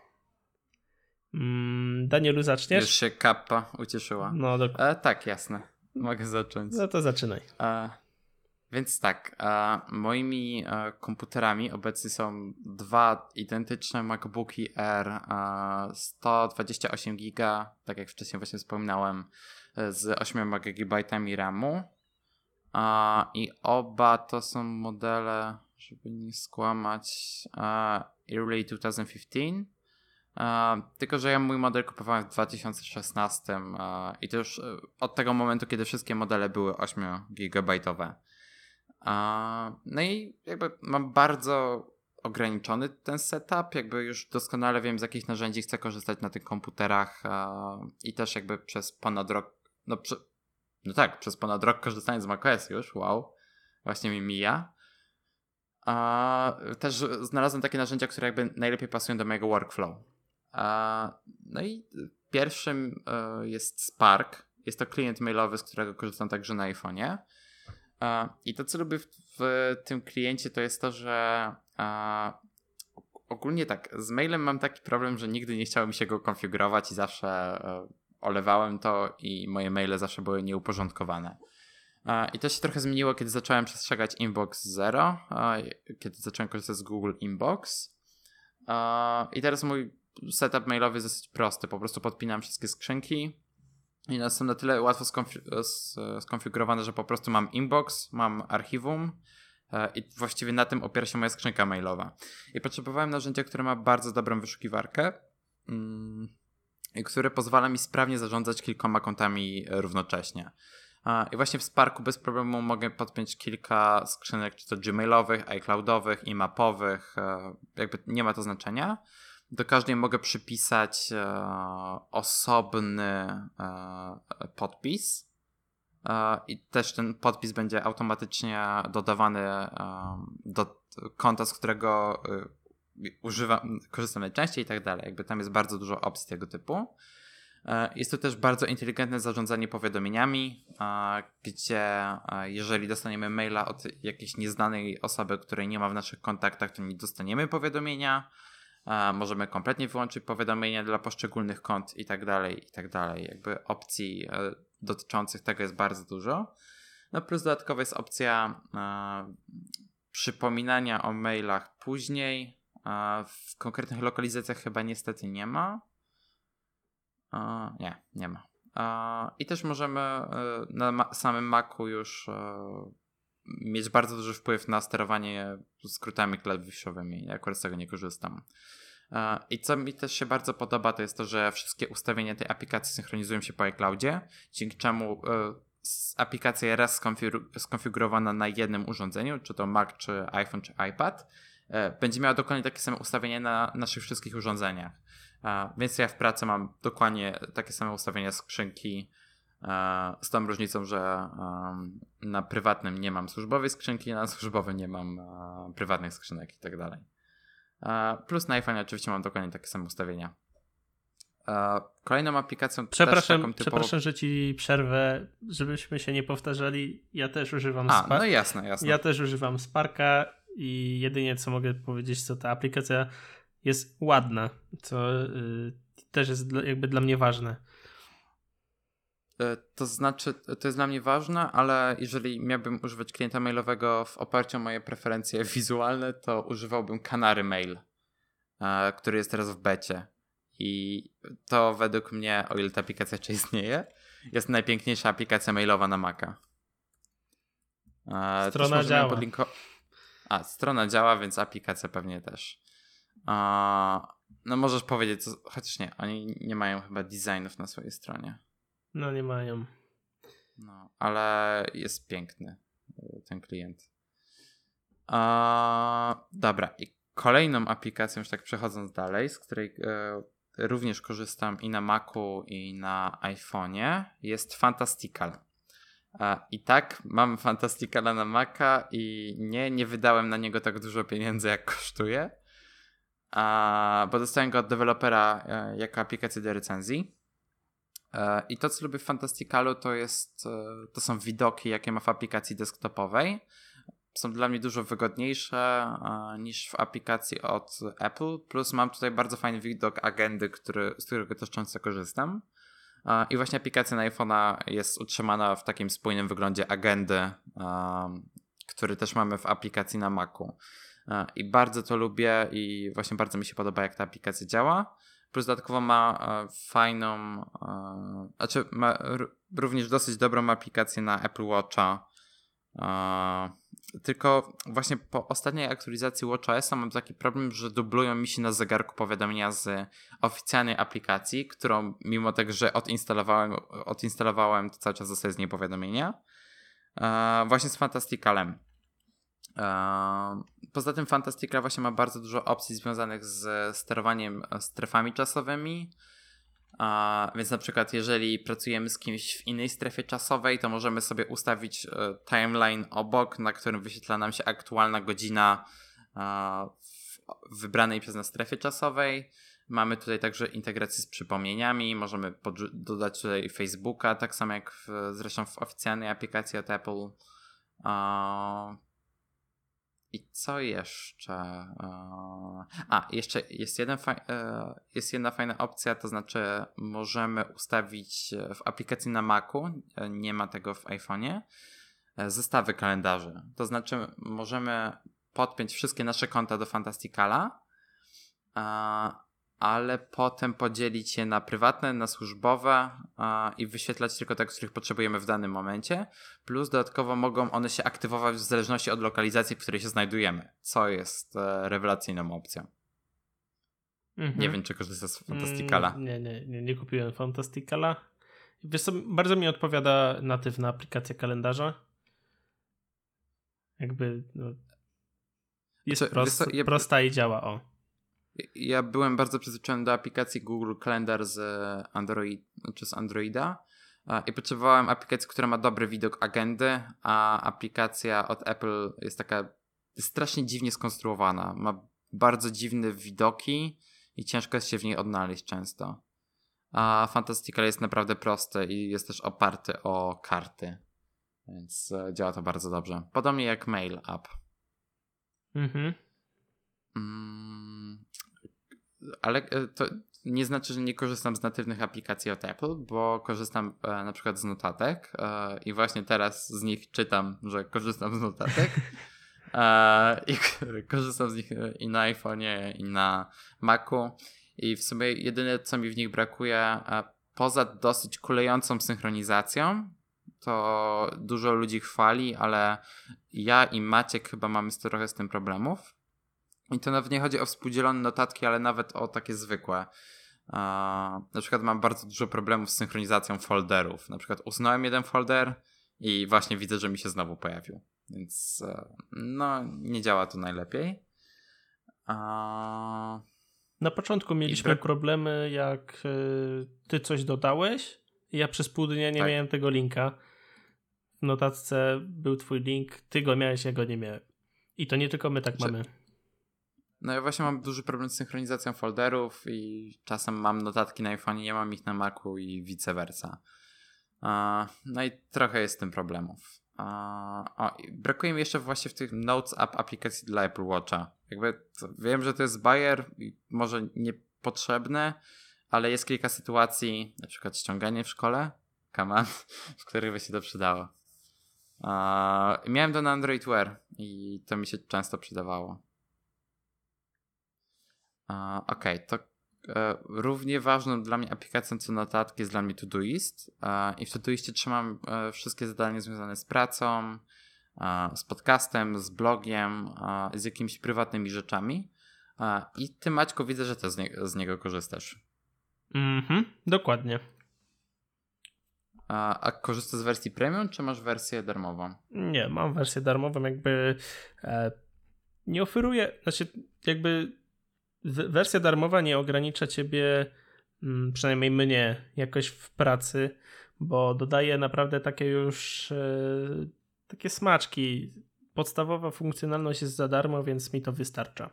Mm, Danielu, zaczniesz? Już się kappa ucieszyła. No, do... e, tak, jasne. Mogę zacząć. no to zaczynaj. E, więc tak, e, moimi e, komputerami obecnie są dwa identyczne MacBooki Air e, sto dwadzieścia osiem giga, tak jak wcześniej właśnie wspominałem, e, z ośmioma gigabajtami ramu. E, I oba to są modele, żeby nie skłamać, e, Early dwa tysiące piętnaście. Uh, tylko, że ja mój model kupowałem w dwa tysiące szesnastym uh, i to już uh, od tego momentu, kiedy wszystkie modele były ośmiogigabajtowe. Uh, no i jakby mam bardzo ograniczony ten setup, jakby już doskonale wiem, z jakich narzędzi chcę korzystać na tych komputerach uh, i też jakby przez ponad rok, no, prze, no tak, przez ponad rok korzystając z macOS już, wow, właśnie mi mija. Uh, też znalazłem takie narzędzia, które jakby najlepiej pasują do mojego workflow. No i pierwszym jest Spark. Jest to klient mailowy, z którego korzystam także na iPhone'ie. I to, co lubię w, w tym kliencie, to jest to, że ogólnie tak, z mailem mam taki problem, że nigdy nie chciało mi się go konfigurować i zawsze olewałem to i moje maile zawsze były nieuporządkowane. I to się trochę zmieniło, kiedy zacząłem przestrzegać Inbox Zero, kiedy zacząłem korzystać z Google Inbox. I teraz mój setup mailowy jest dosyć prosty. Po prostu podpinam wszystkie skrzynki i one są na tyle łatwo skonfi- skonfigurowane, że po prostu mam inbox, mam archiwum i właściwie na tym opiera się moja skrzynka mailowa. I potrzebowałem narzędzia, które ma bardzo dobrą wyszukiwarkę mm, i które pozwala mi sprawnie zarządzać kilkoma kontami równocześnie. I właśnie w Sparku bez problemu mogę podpiąć kilka skrzynek, czy to gmailowych, iCloudowych, i mapowych, jakby nie ma to znaczenia. Do każdej mogę przypisać e, osobny e, podpis e, i też ten podpis będzie automatycznie dodawany e, do konta, z którego e, używam, korzystam najczęściej i tak dalej. Jakby tam jest bardzo dużo opcji tego typu. E, jest to też bardzo inteligentne zarządzanie powiadomieniami, e, gdzie e, jeżeli dostaniemy maila od jakiejś nieznanej osoby, której nie ma w naszych kontaktach, to nie dostaniemy powiadomienia. Możemy kompletnie wyłączyć powiadomienia dla poszczególnych kont i tak dalej, i tak dalej. Jakby opcji dotyczących tego jest bardzo dużo. No plus dodatkowo jest opcja e, przypominania o mailach później. E, w konkretnych lokalizacjach chyba niestety nie ma. E, nie, nie ma. E, I też możemy e, na ma- samym Macu już e, mieć bardzo duży wpływ na sterowanie skrótami klawiszowymi. Ja akurat z tego nie korzystam. I co mi też się bardzo podoba, to jest to, że wszystkie ustawienia tej aplikacji synchronizują się po iCloudzie, dzięki czemu aplikacja raz skonfigur- skonfigurowana na jednym urządzeniu, czy to Mac, czy iPhone, czy iPad, będzie miała dokładnie takie same ustawienia na naszych wszystkich urządzeniach. Więc ja w pracy mam dokładnie takie same ustawienia skrzynki, z tą różnicą, że na prywatnym nie mam służbowej skrzynki, na służbowym nie mam prywatnych skrzynek i tak dalej. Plus na iPhone oczywiście mam dokładnie takie same ustawienia. Kolejną aplikacją Przepraszam, też taką typową... przepraszam, że ci przerwę, żebyśmy się nie powtarzali. Ja też używam A, Sparka. no jasne, jasne. Ja też używam Sparka i jedynie co mogę powiedzieć, to ta aplikacja jest ładna, co y, też jest dla, jakby dla mnie ważne. To znaczy, to jest dla mnie ważne, ale jeżeli miałbym używać klienta mailowego w oparciu o moje preferencje wizualne, to używałbym Canary Mail, który jest teraz w becie. I to według mnie, o ile ta aplikacja jeszcze istnieje, jest najpiękniejsza aplikacja mailowa na Maca. Strona działa. Podlinko... A, strona działa, więc aplikacja pewnie też. No możesz powiedzieć, co... chociaż nie, oni nie mają chyba designów na swojej stronie. No nie mają. No, ale jest piękny ten klient. Eee, dobra, i kolejną aplikacją, już tak przechodząc dalej, z której e, również korzystam i na Macu, i na iPhone'ie, jest Fantastical. I tak, mam Fantasticala na Maca i nie, nie wydałem na niego tak dużo pieniędzy, jak kosztuje, bo dostałem go od dewelopera jako aplikację do recenzji. I to, co lubię w Fantasticalu, to jest, to są widoki, jakie ma w aplikacji desktopowej. Są dla mnie dużo wygodniejsze niż w aplikacji od Apple, plus mam tutaj bardzo fajny widok agendy, który, z którego też często korzystam. I właśnie aplikacja na iPhone'a jest utrzymana w takim spójnym wyglądzie agendy, który też mamy w aplikacji na Macu. I bardzo to lubię i właśnie bardzo mi się podoba, jak ta aplikacja działa. Plus dodatkowo ma fajną, znaczy ma również dosyć dobrą aplikację na Apple Watcha. Tylko właśnie po ostatniej aktualizacji WatchOS-a mam taki problem, że dublują mi się na zegarku powiadomienia z oficjalnej aplikacji, którą mimo tego, że odinstalowałem, odinstalowałem to cały czas dostaję z niej powiadomienia. Właśnie z Fantasticalem. Poza tym Fantastical właśnie ma bardzo dużo opcji związanych z sterowaniem strefami czasowymi. A, więc na przykład jeżeli pracujemy z kimś w innej strefie czasowej, to możemy sobie ustawić e, timeline obok, na którym wyświetla nam się aktualna godzina e, w wybranej przez nas strefie czasowej. Mamy tutaj także integrację z przypomnieniami, możemy podrzu- dodać tutaj Facebooka, tak samo jak w, zresztą w oficjalnej aplikacji od Apple. E, I co jeszcze? A, jeszcze jest, jeden faj... jest jedna fajna opcja, to znaczy możemy ustawić w aplikacji na Macu, nie ma tego w iPhone'ie, zestawy kalendarzy. To znaczy możemy podpiąć wszystkie nasze konta do Fantasticala, ale potem podzielić je na prywatne, na służbowe a, i wyświetlać tylko te, których potrzebujemy w danym momencie. Plus dodatkowo mogą one się aktywować w zależności od lokalizacji, w której się znajdujemy, co jest e, rewelacyjną opcją. Mhm. Nie wiem, czy korzystasz z Fantasticala. Mm, nie, nie, nie, nie kupiłem Fantasticala. Wiesz co, bardzo mi odpowiada natywna aplikacja kalendarza. Jakby no, jest co, prost, co, ja... prosta i działa, o. Ja byłem bardzo przyzwyczajony do aplikacji Google Calendar z Android, czy z Androida i potrzebowałem aplikacji, która ma dobry widok agendy, a aplikacja od Apple jest taka strasznie dziwnie skonstruowana. Ma bardzo dziwne widoki i ciężko jest się w niej odnaleźć często. A Fantastical jest naprawdę prosty i jest też oparty o karty, więc działa to bardzo dobrze. Podobnie jak Mail App. Mhm. Mm, ale to nie znaczy, że nie korzystam z natywnych aplikacji od Apple, bo korzystam e, na przykład z notatek e, i właśnie teraz z nich czytam, że korzystam z notatek e, i korzystam z nich i na iPhone'ie, i na Macu i w sumie jedyne, co mi w nich brakuje, e, poza dosyć kulejącą synchronizacją, to dużo ludzi chwali, ale ja i Maciek chyba mamy trochę z tym problemów. I to nawet nie chodzi o współdzielone notatki, ale nawet o takie zwykłe. Uh, na przykład mam bardzo dużo problemów z synchronizacją folderów. Na przykład usunąłem jeden folder i właśnie widzę, że mi się znowu pojawił. Więc uh, no nie działa to najlepiej. Uh, Na początku mieliśmy brak... problemy, jak y, ty coś dodałeś i ja przez pół dnia nie tak. miałem tego linka. W notatce był twój link, ty go miałeś, ja go nie miałem. I to nie tylko my tak Czy... mamy. No ja właśnie mam duży problem z synchronizacją folderów i czasem mam notatki na iPhone, nie mam ich na Macu i vice versa. Uh, no i trochę jest z tym problemów. Uh, o, brakuje mi jeszcze właśnie w tych Notes App aplikacji dla Apple Watcha. Jakby to, wiem, że to jest bajer i może niepotrzebne, ale jest kilka sytuacji, na przykład ściąganie w szkole, come on, w których by się to przydało. Uh, miałem to na Android Wear i to mi się często przydawało. Uh, Okej, okay, to uh, równie ważną dla mnie aplikacją co notatki jest dla mnie Todoist uh, i w Todoistie trzymam uh, wszystkie zadania związane z pracą, uh, z podcastem, z blogiem, uh, z jakimiś prywatnymi rzeczami uh, i ty, Maćku, widzę, że ty z, nie- z niego korzystasz. Mhm, dokładnie. Uh, a korzystasz z wersji premium, czy masz wersję darmową? Nie, mam wersję darmową, jakby e, nie oferuje, znaczy jakby wersja darmowa nie ogranicza ciebie, przynajmniej mnie, jakoś w pracy, bo dodaje naprawdę takie już yy, takie smaczki. Podstawowa funkcjonalność jest za darmo, więc mi to wystarcza.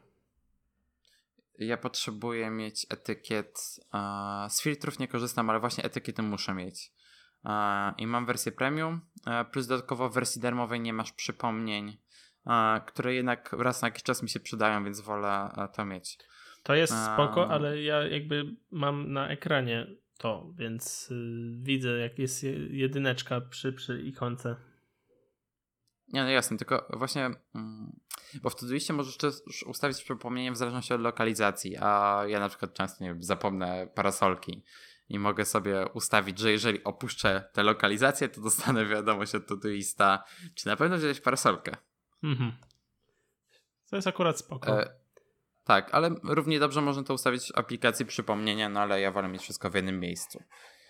Ja potrzebuję mieć etykiet. E, z filtrów nie korzystam, ale właśnie etykiety muszę mieć. E, I mam wersję premium, e, plus dodatkowo w wersji darmowej nie masz przypomnień, e, które jednak raz na jakiś czas mi się przydają, więc wolę e, to mieć. To jest e, spoko, ale ja jakby mam na ekranie to, więc yy, widzę jak jest jedyneczka przy, przy ikonce. Nie, no jasne, tylko właśnie, mm, bo w Todoistie możesz też ustawić przypomnienie w zależności od lokalizacji, a ja na przykład często, nie wiem, zapomnę parasolki i mogę sobie ustawić, że jeżeli opuszczę tę lokalizację, to dostanę wiadomość od Todoista, czy na pewno wziąłeś parasolkę. Mhm. To jest akurat spoko. E, tak, ale równie dobrze można to ustawić w aplikacji przypomnienia, no ale ja wolę mieć wszystko w jednym miejscu.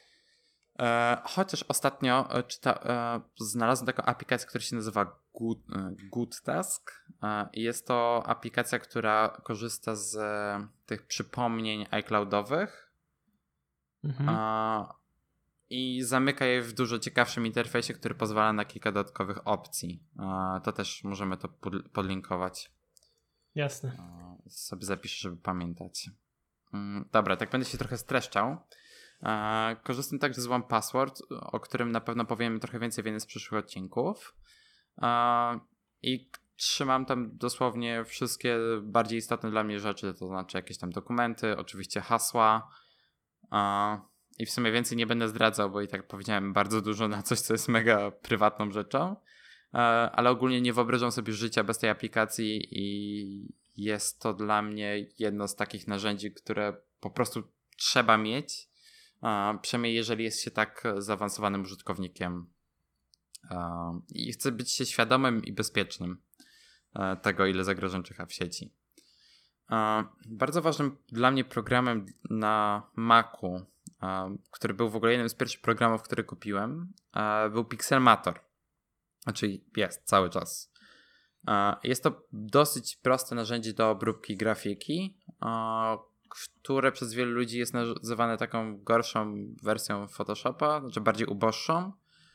E, chociaż ostatnio e, czyta, e, znalazłem taką aplikację, która się nazywa Good, e, Good Task. E, jest to aplikacja, która korzysta z e, tych przypomnień iCloudowych mhm. e, i zamyka je w dużo ciekawszym interfejsie, który pozwala na kilka dodatkowych opcji. E, to też możemy to pod, podlinkować. Jasne. E, sobie zapiszę, żeby pamiętać. Mm, dobra, tak będę się trochę streszczał. E, korzystam także z One Password, o którym na pewno powiemy trochę więcej w jednym z przyszłych odcinków. E, I trzymam tam dosłownie wszystkie bardziej istotne dla mnie rzeczy, to znaczy jakieś tam dokumenty, oczywiście hasła. E, I w sumie więcej nie będę zdradzał, bo i tak powiedziałem bardzo dużo na coś, co jest mega prywatną rzeczą. E, ale ogólnie nie wyobrażam sobie życia bez tej aplikacji i jest to dla mnie jedno z takich narzędzi, które po prostu trzeba mieć. Uh, przynajmniej jeżeli jest się tak zaawansowanym użytkownikiem uh, i chce być się świadomym i bezpiecznym uh, tego, ile zagrożeń czyha w sieci. Uh, bardzo ważnym dla mnie programem na Macu, uh, który był w ogóle jednym z pierwszych programów, które kupiłem, uh, był Pixelmator. Znaczy jest cały czas. Uh, jest to dosyć proste narzędzie do obróbki grafiki, uh, które przez wielu ludzi jest nazywane taką gorszą wersją Photoshopa, znaczy bardziej uboższą,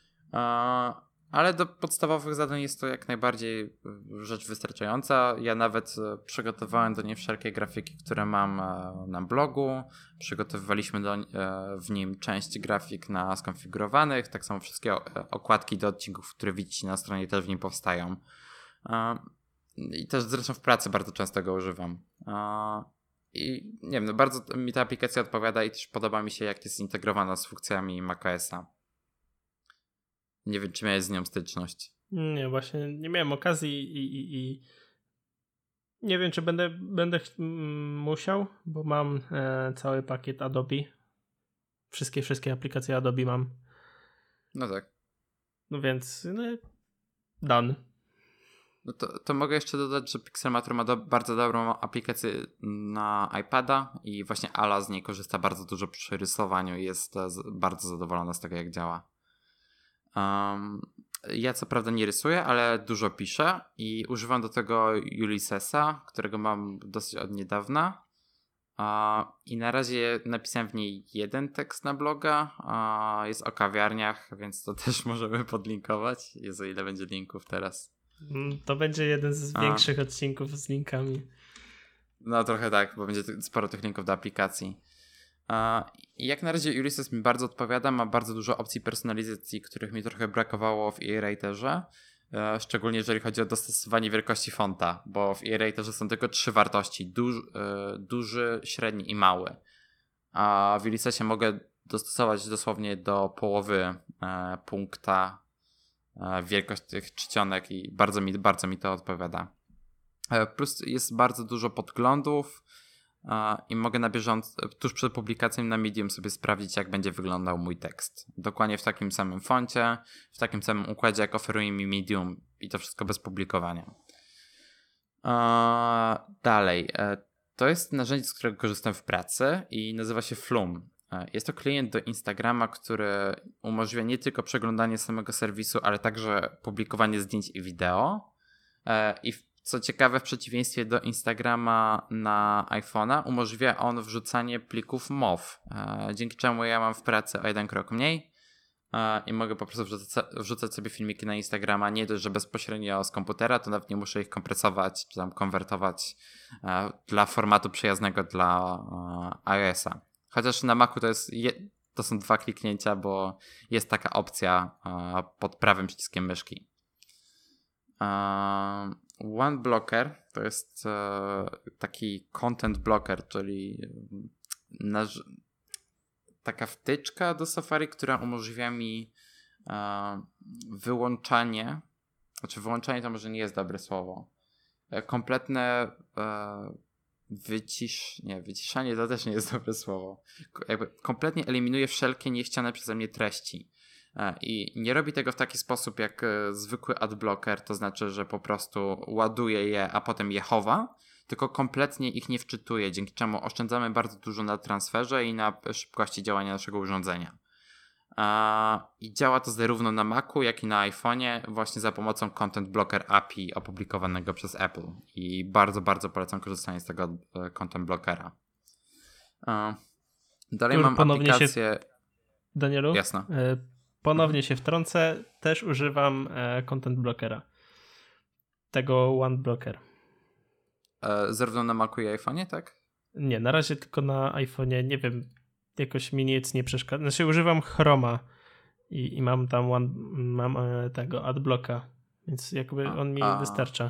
ale do podstawowych zadań jest to jak najbardziej rzecz wystarczająca. Ja nawet przygotowałem do niej wszelkie grafiki, które mam na blogu. Przygotowywaliśmy do, w nim część grafik na skonfigurowanych, tak samo wszystkie okładki do odcinków, które widzicie na stronie, też w nim powstają. I też zresztą w pracy bardzo często go używam. I nie wiem, no bardzo mi ta aplikacja odpowiada i też podoba mi się, jak jest zintegrowana z funkcjami macOSa. Nie wiem, czy miałeś z nią styczność. Nie, właśnie nie miałem okazji i, i, i nie wiem, czy będę, będę ch- musiał, bo mam e, cały pakiet Adobe. Wszystkie, wszystkie aplikacje Adobe mam. No tak. No więc no, done. No to, to mogę jeszcze dodać, że Pixelmator ma do, bardzo dobrą aplikację na iPada i właśnie Ala z niej korzysta bardzo dużo przy rysowaniu i jest z, bardzo zadowolona z tego, jak działa. Um, ja co prawda nie rysuję, ale dużo piszę i używam do tego Ulyssesa, którego mam dosyć od niedawna. Uh, I na razie napisałem w niej jeden tekst na bloga. Uh, jest o kawiarniach, więc to też możemy podlinkować, jest o ile będzie linków teraz. To będzie jeden z większych A. odcinków z linkami. No trochę tak, bo będzie sporo tych linków do aplikacji. I jak na razie Ulysses mi bardzo odpowiada, ma bardzo dużo opcji personalizacji, których mi trochę brakowało w e-Writerze. Szczególnie jeżeli chodzi o dostosowanie wielkości fonta, bo w e-Writerze są tylko trzy wartości. Duży, duży, średni i mały. A w Ulyssesie mogę dostosować dosłownie do połowy punkta wielkość tych czcionek i bardzo mi, bardzo mi to odpowiada. Plus jest bardzo dużo podglądów i mogę na bieżąco, tuż przed publikacją na Medium sobie sprawdzić, jak będzie wyglądał mój tekst. Dokładnie w takim samym foncie, w takim samym układzie, jak oferuje mi Medium i to wszystko bez publikowania. Dalej. To jest narzędzie, z którego korzystam w pracy i nazywa się Flume. Jest to klient do Instagrama, który umożliwia nie tylko przeglądanie samego serwisu, ale także publikowanie zdjęć i wideo. I co ciekawe, w przeciwieństwie do Instagrama na iPhone'a, umożliwia on wrzucanie plików M O W, dzięki czemu ja mam w pracy o jeden krok mniej i mogę po prostu wrzucać, wrzucać sobie filmiki na Instagrama, nie dość, że bezpośrednio z komputera, to nawet nie muszę ich kompresować czy tam konwertować dla formatu przyjaznego dla iOS-a. Chociaż na Macu to jest je, to są dwa kliknięcia, bo jest taka opcja pod prawym przyciskiem myszki. OneBlocker to jest taki content blocker, czyli naż- taka wtyczka do Safari, która umożliwia mi wyłączanie, znaczy wyłączanie to może nie jest dobre słowo, kompletne wycisz, nie, wyciszanie to też nie jest dobre słowo. Jakby kompletnie eliminuje wszelkie niechciane przeze mnie treści. I nie robi tego w taki sposób jak zwykły adblocker, to znaczy, że po prostu ładuje je, a potem je chowa, tylko kompletnie ich nie wczytuje, dzięki czemu oszczędzamy bardzo dużo na transferze i na szybkości działania naszego urządzenia. I działa to zarówno na Macu, jak i na iPhone'ie właśnie za pomocą Content Blocker A P I opublikowanego przez Apple. I bardzo, bardzo polecam korzystanie z tego Content Blockera. Dalej mam aplikację... Się... Danielu? Jasno. Y- ponownie się wtrącę. Też używam e, Content Blockera. Tego OneBlocker. E, zarówno na Macu i iPhone'ie, tak? Nie, na razie tylko na iPhone'ie. Nie wiem, jakoś mi nic nie przeszkadza. Znaczy używam Chroma i, i mam tam one, mam e, tego adblocka, więc jakby on mi a, wystarcza.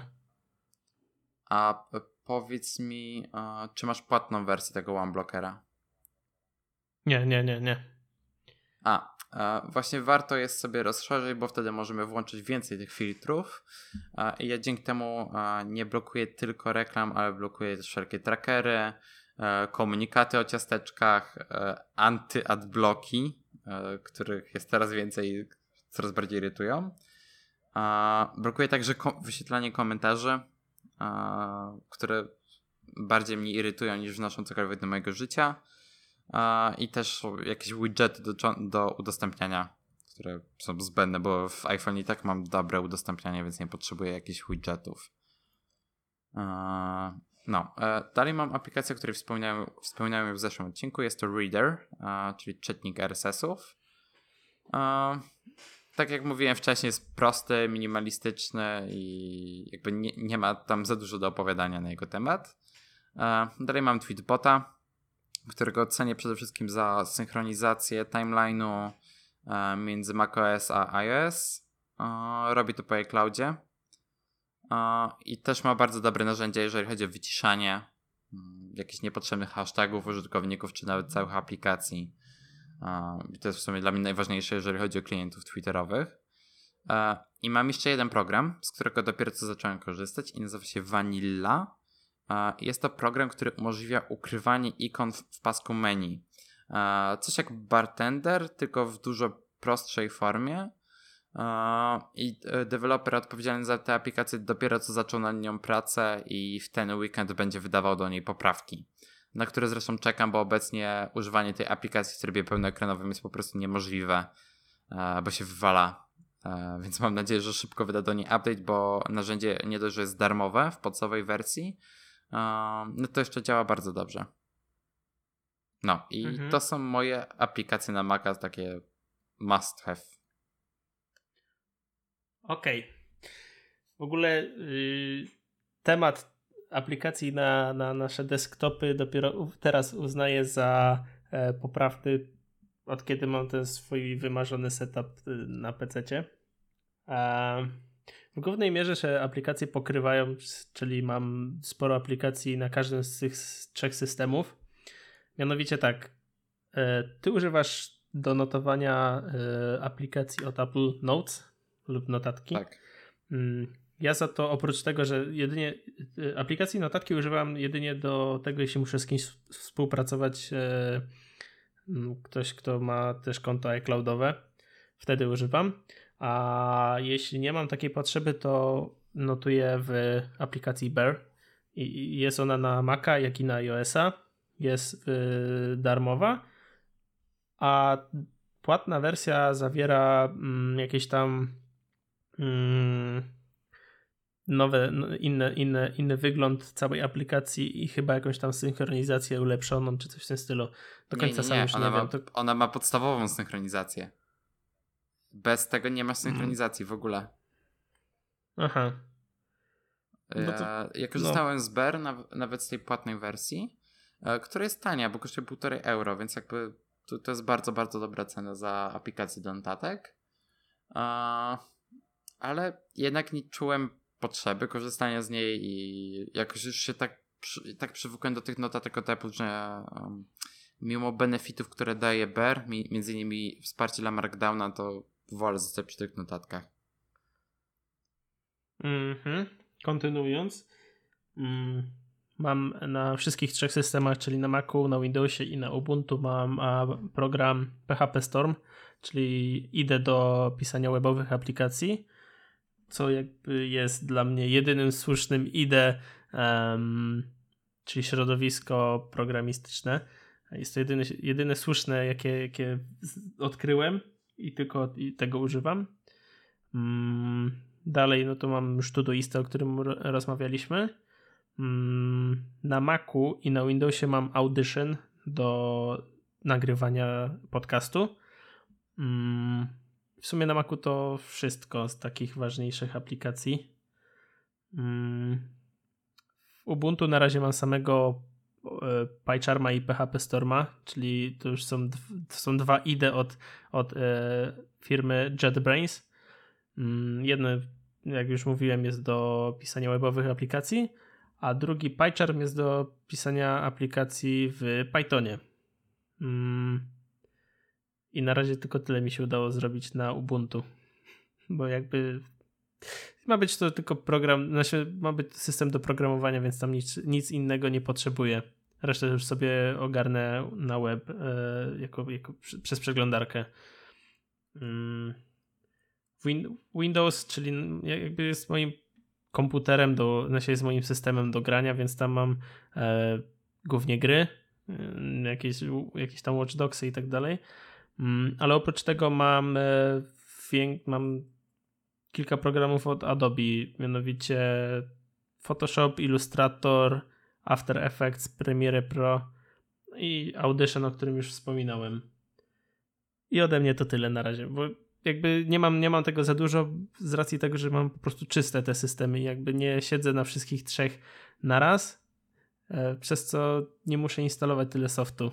A powiedz mi, a, czy masz płatną wersję tego OneBlockera? Nie, nie, nie, nie. A, a, właśnie warto jest sobie rozszerzyć, bo wtedy możemy włączyć więcej tych filtrów. A, i ja dzięki temu a, nie blokuję tylko reklam, ale blokuję też wszelkie trackery, a, komunikaty o ciasteczkach, a, anty-adblocki, a, których jest coraz więcej i coraz bardziej irytują. A, blokuję także kom- wyświetlanie komentarzy, a, które bardziej mnie irytują niż wnoszą cokolwiek do mojego życia. I też jakieś widgety do, do udostępniania, które są zbędne, bo w iPhone i tak mam dobre udostępnianie, więc nie potrzebuję jakichś widgetów. No, dalej mam aplikację, o której wspomniałem, wspomniałem w zeszłym odcinku. Jest to Reader, czyli czytnik R S S-ów. Tak jak mówiłem wcześniej, jest prosty, minimalistyczny i jakby nie, nie ma tam za dużo do opowiadania na jego temat. Dalej mam Tweetbota, którego cenię przede wszystkim za synchronizację timeline'u e, między macOS a iOS. E, robi to po iCloudzie. E, I też ma bardzo dobre narzędzia, jeżeli chodzi o wyciszanie m, jakichś niepotrzebnych hashtagów użytkowników, czy nawet całych aplikacji. E, I to jest w sumie dla mnie najważniejsze, jeżeli chodzi o klientów twitterowych. E, I mam jeszcze jeden program, z którego dopiero co zacząłem korzystać i nazywa się Vanilla. Jest to program, który umożliwia ukrywanie ikon w, w pasku menu. Coś jak Bartender, tylko w dużo prostszej formie. I deweloper odpowiedzialny za tę aplikację dopiero co zaczął na nią pracę i w ten weekend będzie wydawał do niej poprawki, na które zresztą czekam, bo obecnie używanie tej aplikacji w trybie pełnoekranowym jest po prostu niemożliwe, bo się wywala. Więc mam nadzieję, że szybko wyda do niej update, bo narzędzie nie dość, że jest darmowe w podstawowej wersji, no to jeszcze działa bardzo dobrze. No i mhm. to są moje aplikacje na Maca, takie must have. Okej. Okay. W ogóle yy, temat aplikacji na, na nasze desktopy dopiero teraz uznaję za e, poprawny, od kiedy mam ten swój wymarzony setup na pececie. E, W głównej mierze się aplikacje pokrywają, czyli mam sporo aplikacji na każdym z tych trzech systemów. Mianowicie tak, ty używasz do notowania aplikacji od Apple Notes lub notatki. Tak. Ja za to oprócz tego, że jedynie aplikacji notatki używam jedynie do tego, jeśli muszę z kimś współpracować, ktoś, kto ma też konto iCloudowe, wtedy używam. A jeśli nie mam takiej potrzeby, to notuję w aplikacji Bear. I jest ona na Maca, jak i na iOS-a. Jest yy, darmowa, a płatna wersja zawiera mm, jakieś tam mm, nowe, inne, inne, inny wygląd całej aplikacji i chyba jakąś tam synchronizację ulepszoną, czy coś w tym stylu. Do końca nie, nie, sam nie. już ona nie ma, wiem. To... Ona ma podstawową synchronizację. bez tego nie masz synchronizacji mm. w ogóle. Aha. No to, ja, ja korzystałem no. z Bear, nawet z tej płatnej wersji, która jest tania, bo kosztuje półtorej euro, więc jakby to, to jest bardzo, bardzo dobra cena za aplikację do notatek. Uh, ale jednak nie czułem potrzeby korzystania z niej i jakoś już się tak, przy, tak przywykłem do tych notatek od Apple, że um, mimo benefitów, które daje Bear, mi, między innymi wsparcie dla Markdowna, to wolę zostać przy tych notatkach. Mhm. Kontynuując, mm, mam na wszystkich trzech systemach, czyli na Macu, na Windowsie i na Ubuntu mam a, program P H P Storm, czyli idę do pisania webowych aplikacji, co jakby jest dla mnie jedynym słusznym I D E, um, czyli środowisko programistyczne. Jest to jedyne, jedyne słuszne, jakie, jakie odkryłem i tylko i tego używam. Mm, dalej, no to mam już Todoista, o którym rozmawialiśmy. Mm, na Macu i na Windowsie mam Audition do nagrywania podcastu. Mm, w sumie na Macu to wszystko z takich ważniejszych aplikacji. Mm, w Ubuntu na razie mam samego PyCharma i P H P Storma, czyli to już są, to są dwa I D E od, od e, firmy JetBrains. Mm, jedno, jak już mówiłem, jest do pisania webowych aplikacji, a drugi PyCharm jest do pisania aplikacji w Pythonie. Mm, I na razie tylko tyle mi się udało zrobić na Ubuntu, bo jakby ma być to tylko program, znaczy ma być system do programowania, więc tam nic, nic innego nie potrzebuję. Resztę już sobie ogarnę na web e, jako, jako przy, przez przeglądarkę. Mm. Win- Windows, czyli jakby jest moim komputerem, do, znaczy jest moim systemem do grania, więc tam mam e, głównie gry, e, jakieś, jakieś tam Watch Dogsy i tak dalej. Mm, ale oprócz tego mam, e, wię- mam kilka programów od Adobe, mianowicie Photoshop, Illustrator, After Effects, Premiere Pro i Audition, o którym już wspominałem. I ode mnie to tyle na razie, bo jakby nie mam, nie mam tego za dużo z racji tego, że mam po prostu czyste te systemy i jakby nie siedzę na wszystkich trzech na raz, e, przez co nie muszę instalować tyle softu.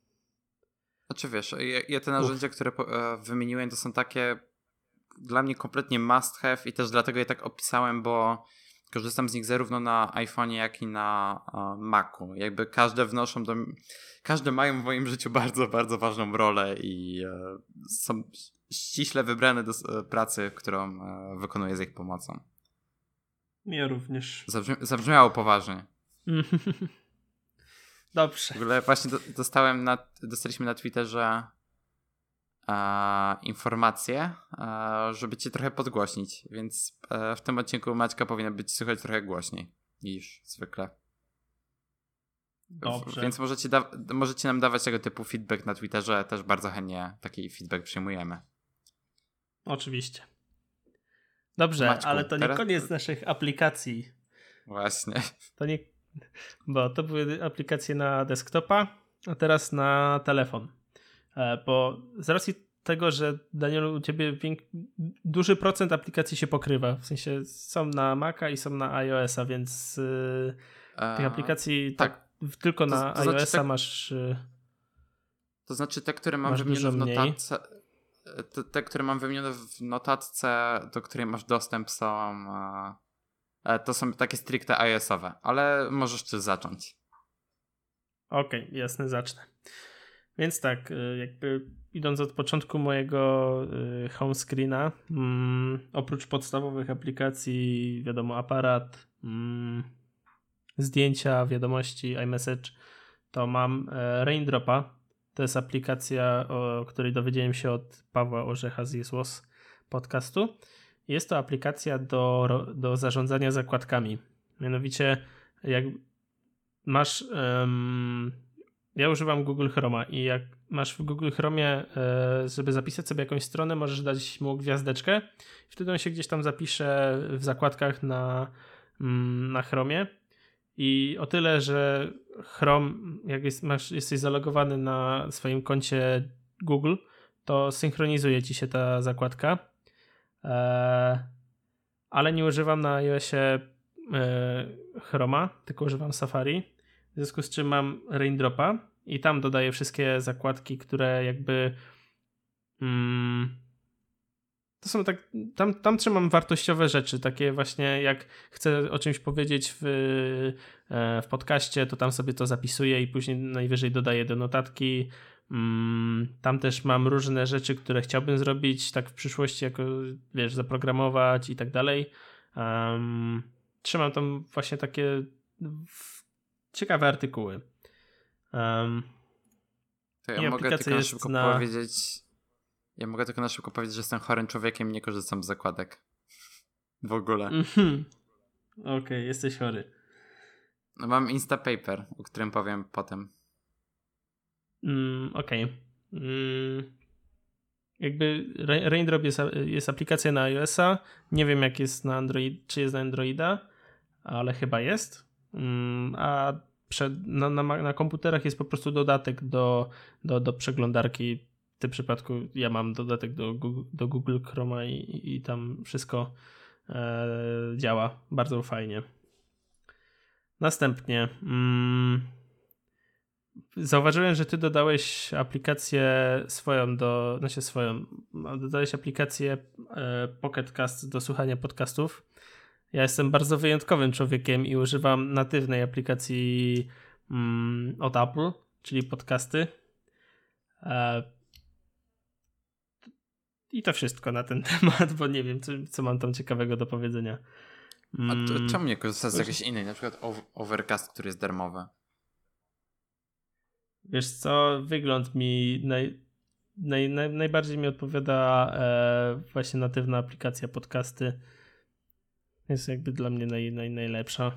Znaczy wiesz, ja, ja te narzędzia, Uf. które e, wymieniłem, to są takie dla mnie kompletnie must have i też dlatego je tak opisałem, bo korzystam z nich zarówno na iPhone'ie, jak i na uh, Macu. Jakby każde wnoszą do... Każde mają w moim życiu bardzo, bardzo ważną rolę i uh, są ściśle wybrane do uh, pracy, którą uh, wykonuję z ich pomocą. Ja również. Zabrzmi- zabrzmiało poważnie. Dobrze. W ogóle właśnie do, dostałem na, dostaliśmy na Twitterze uh, informację, uh, żeby cię trochę podgłośnić, więc uh, w tym odcinku Maćka powinna być słychać trochę głośniej niż zwykle. Dobrze. W, więc możecie, da- możecie nam dawać tego typu feedback na Twitterze, też bardzo chętnie taki feedback przyjmujemy. Oczywiście. Dobrze, Maćku, ale to nie teraz... koniec naszych aplikacji. Właśnie. To nie, bo to były aplikacje na desktopa, a teraz na telefon. Bo z racji tego, że Danielu, u ciebie wiek... duży procent aplikacji się pokrywa, w sensie są na Maca i są na iOS-a, więc yy, tych aplikacji tak, tak tylko to, na to iOS-a znaczy, tak, masz yy, to znaczy te, które mam wymienione w notatce te, te, które mam wymienione w notatce, do której masz dostęp są yy, to są takie stricte iOS-owe, ale możesz ty zacząć. Okej, okay, jasne, zacznę. Więc tak, jakby idąc od początku mojego home screena, mm, oprócz podstawowych aplikacji, wiadomo, aparat, mm, zdjęcia, wiadomości, iMessage, to mam Raindropa. To jest aplikacja, o której dowiedziałem się od Pawła Orzecha z Jesłos podcastu. Jest to aplikacja do, do zarządzania zakładkami. Mianowicie, jak masz... Um, Ja używam Google Chroma i jak masz w Google Chromie, żeby zapisać sobie jakąś stronę, możesz dać mu gwiazdeczkę. Wtedy on się gdzieś tam zapisze w zakładkach na, na Chromie. I o tyle, że Chrome, jak jest, masz, jesteś zalogowany na swoim koncie Google, to synchronizuje ci się ta zakładka. Eee, ale nie używam na iOSie e, Chroma, tylko używam Safari. W związku z czym mam Raindropa i tam dodaję wszystkie zakładki, które jakby mm, to są tak, tam, tam trzymam wartościowe rzeczy, takie właśnie jak chcę o czymś powiedzieć w, e, w podcaście, to tam sobie to zapisuję i później najwyżej dodaję do notatki. Mm, tam też mam różne rzeczy, które chciałbym zrobić tak w przyszłości, jako wiesz, zaprogramować i tak dalej. Um, trzymam tam właśnie takie ciekawe artykuły. Um, to ja mogę tylko na szybko na... powiedzieć ja mogę tylko na szybko powiedzieć, że jestem chorym człowiekiem i nie korzystam z zakładek. W ogóle. Mm-hmm. Okej, okay, jesteś chory. No, mam Instapaper, o którym powiem potem. Mm, Okej. Okay. Mm, jakby Raindrop jest, jest aplikacja na iOS-a. Nie wiem, jak jest na Android, czy jest na Androida, ale chyba jest. Mm, a przed, na, na, na komputerach jest po prostu dodatek do, do, do przeglądarki. W tym przypadku ja mam dodatek do Google, do Google Chroma i, i, i tam wszystko e, działa bardzo fajnie. Następnie mm, zauważyłem, że ty dodałeś aplikację swoją do, znaczy swoją, dodałeś aplikację e, Pocket Cast do słuchania podcastów. Ja jestem bardzo wyjątkowym człowiekiem i używam natywnej aplikacji mm, od Apple, czyli podcasty. E, I to wszystko na ten temat, bo nie wiem, co, co mam tam ciekawego do powiedzenia. Mm. A to, czemu nie korzystasz z jakiejś innej, na przykład Overcast, który jest darmowy? Wiesz co, wygląd mi naj, naj, naj, najbardziej mi odpowiada e, właśnie natywna aplikacja podcasty. Jest jakby dla mnie naj, naj, najlepsza.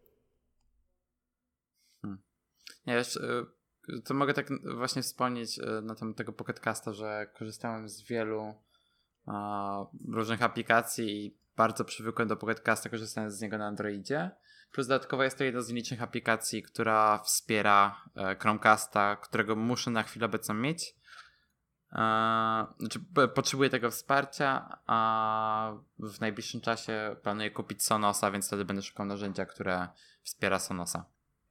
Hmm. Ja jeszcze, to mogę tak właśnie wspomnieć na temat tego Pocketcasta, że korzystałem z wielu a, różnych aplikacji i bardzo przywykłem do Pocketcasta, korzystając z niego na Androidzie. Plus dodatkowo jest to jedna z nielicznych aplikacji, która wspiera e, Chromecasta, którego muszę na chwilę obecną mieć. E, znaczy, p- potrzebuję tego wsparcia, a w najbliższym czasie planuję kupić Sonosa, więc wtedy będę szukał narzędzia, które wspiera Sonosa.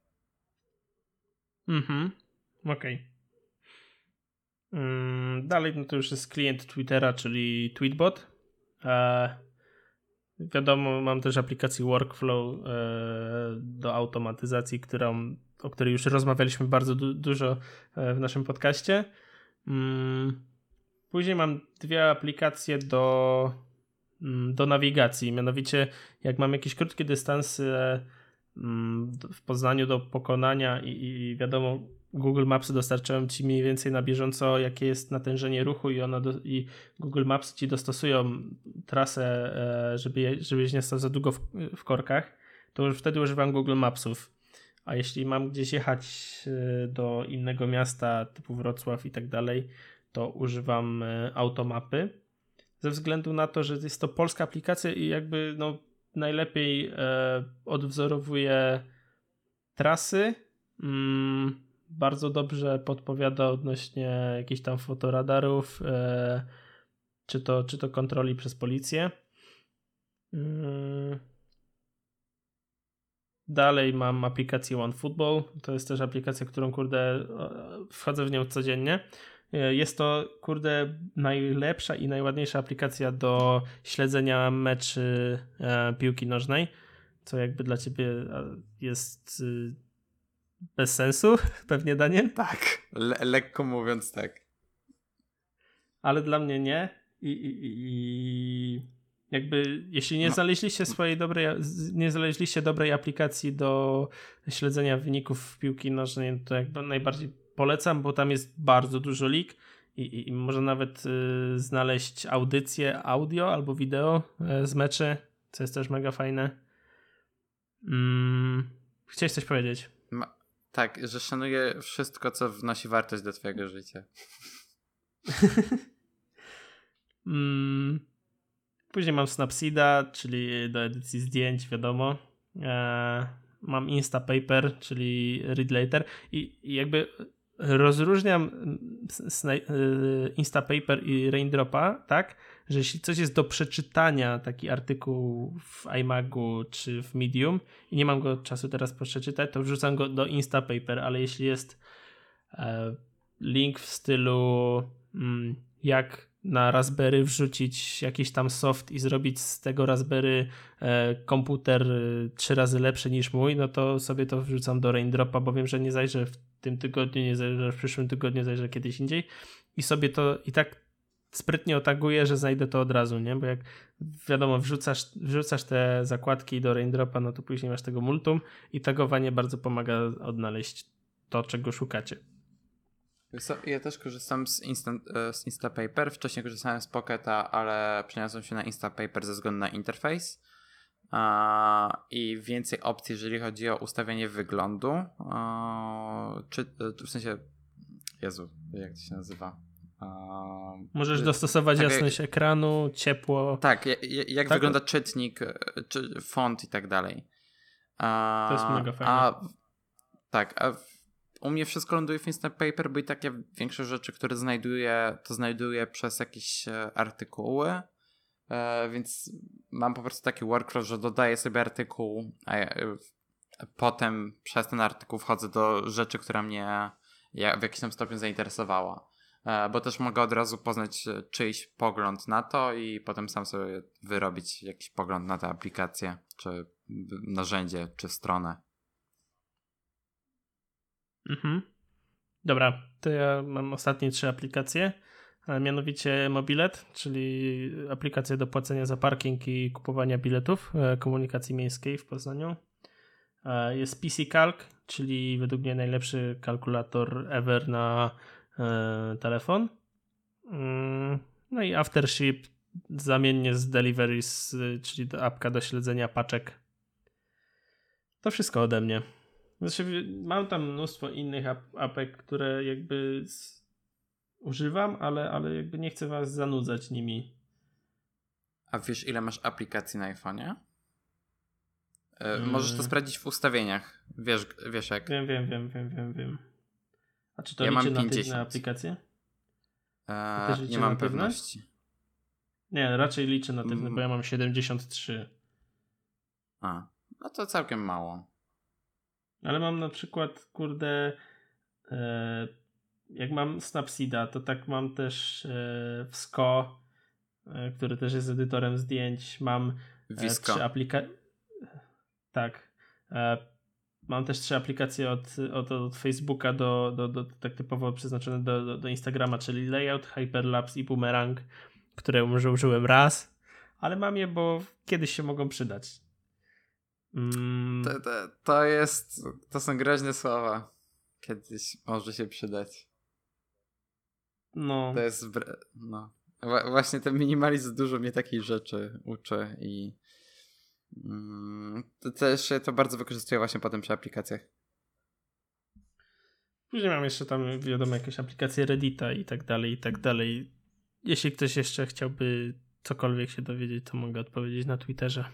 Mhm, okej. Okay. Mm, dalej no to już jest klient Twittera, czyli Tweetbot. E, wiadomo, mam też aplikację Workflow e, do automatyzacji, którą, o której już rozmawialiśmy bardzo du- dużo w naszym podcaście. Mm, później mam dwie aplikacje do, do nawigacji. Mianowicie, jak mam jakieś krótkie dystanse w Poznaniu do pokonania i, i wiadomo, Google Maps dostarczają ci mniej więcej na bieżąco, jakie jest natężenie ruchu i, ona do, i Google Maps ci dostosują trasę, żeby, je, żebyś nie stał za długo w, w korkach, to już wtedy używam Google Mapsów. A jeśli mam gdzieś jechać do innego miasta typu Wrocław i tak dalej, to używam Automapy. Ze względu na to, że jest to polska aplikacja i jakby no najlepiej e, odwzorowuje trasy. Mm, bardzo dobrze podpowiada odnośnie jakichś tam fotoradarów, e, czy to, czy to kontroli przez policję. Mm. Dalej mam aplikację OneFootball. To jest też aplikacja, którą kurde wchodzę w nią codziennie. Jest to kurde najlepsza i najładniejsza aplikacja do śledzenia meczy e, piłki nożnej, co jakby dla ciebie jest y, bez sensu, pewnie Daniel? Tak, Le- lekko mówiąc tak. Ale dla mnie nie i, i, i jakby jeśli nie znaleźliście swojej dobrej, nie znaleźliście dobrej aplikacji do śledzenia wyników piłki nożnej, to jakby najbardziej polecam, bo tam jest bardzo dużo lik i, i, i można nawet y, znaleźć audycję audio albo wideo y, z meczy, co jest też mega fajne. Mm, chciałeś coś powiedzieć? Ma- tak, że szanuję wszystko, co wnosi wartość do twojego życia. mm, później mam Snapseeda, czyli do edycji zdjęć, wiadomo. E, mam Instapaper, czyli Read Later i, i jakby rozróżniam Instapaper i Raindropa, tak, że jeśli coś jest do przeczytania, taki artykuł w iMagu czy w Medium i nie mam go czasu teraz przeczytać, to wrzucam go do Instapaper, ale jeśli jest e, link w stylu mm, jak na Raspberry wrzucić jakiś tam soft i zrobić z tego Raspberry e, komputer e, trzy razy lepszy niż mój, no to sobie to wrzucam do Raindropa, bo wiem, że nie zajrzę w tym tygodniu, nie zajrzę w przyszłym tygodniu, zajrzę kiedyś indziej i sobie to i tak sprytnie otaguję, że znajdę to od razu, nie? Bo jak wiadomo, wrzucasz, wrzucasz te zakładki do Raindropa, no to później masz tego multum i tagowanie bardzo pomaga odnaleźć to, czego szukacie. Ja też korzystam z, Instant, z Instapaper. Wcześniej korzystałem z Pocketa, ale przeniosłem się na Instapaper ze względu na interfejs uh, i więcej opcji, jeżeli chodzi o ustawienie wyglądu. Uh, czy w sensie, Jezu, jak to się nazywa? Uh, Możesz dostosować tak, jasność jak, ekranu, ciepło. Tak, jak, jak tak? wygląda czytnik, czy font i tak dalej. Uh, to jest mega fajne. A, tak, a u mnie wszystko ląduje w Instapaper, bo i takie większe rzeczy, które znajduję, to znajduję przez jakieś artykuły, e, więc mam po prostu taki workflow, że dodaję sobie artykuł, a ja, a potem przez ten artykuł wchodzę do rzeczy, która mnie ja, w jakimś tam stopniu zainteresowała. E, bo też mogę od razu poznać czyjś pogląd na to i potem sam sobie wyrobić jakiś pogląd na tę aplikację, czy narzędzie, czy stronę. Mhm. Dobra, to ja mam ostatnie trzy aplikacje, a mianowicie Mobilet, czyli aplikację do płacenia za parking i kupowania biletów komunikacji miejskiej w Poznaniu. Jest P C Calc, czyli według mnie najlepszy kalkulator ever na e, telefon. No i Aftership zamiennie z Deliveries, czyli apka do śledzenia paczek. To wszystko ode mnie. Znaczy, mam tam mnóstwo innych ap- apek, które jakby z... używam, ale, ale jakby nie chcę was zanudzać nimi. A wiesz, ile masz aplikacji na iPhone'ie? Yy, hmm. Możesz to sprawdzić w ustawieniach. Wiesz, wiesz jak. Wiem, wiem, wiem, wiem, wiem, wiem. A czy to ja liczy mam natywne aplikacje? Eee, nie mam natywne? pewności. Nie, raczej liczy natywne, mm. bo ja mam siedemdziesiąt trzy. A, no to całkiem mało. Ale mam na przykład, kurde, e, jak mam Snapseeda, to tak mam też e, w S C O, e, który też jest edytorem zdjęć. Mam e, trzy aplikacje. Tak. E, mam też trzy aplikacje od, od, od Facebooka do, do, do tak typowo przeznaczone do, do, do Instagrama, czyli Layout, Hyperlapse i Boomerang, które może użyłem raz, ale mam je, bo kiedyś się mogą przydać. Mm. To, to, to jest, to są groźne słowa. Kiedyś może się przydać. No. To jest, no. Właśnie ten minimalizm dużo mnie takich rzeczy uczy i mm, to też to bardzo wykorzystuję właśnie potem przy aplikacjach. Później mam jeszcze tam, wiadomo, jakieś aplikacje Reddita i tak dalej, i tak dalej. Jeśli ktoś jeszcze chciałby cokolwiek się dowiedzieć, to mogę odpowiedzieć na Twitterze.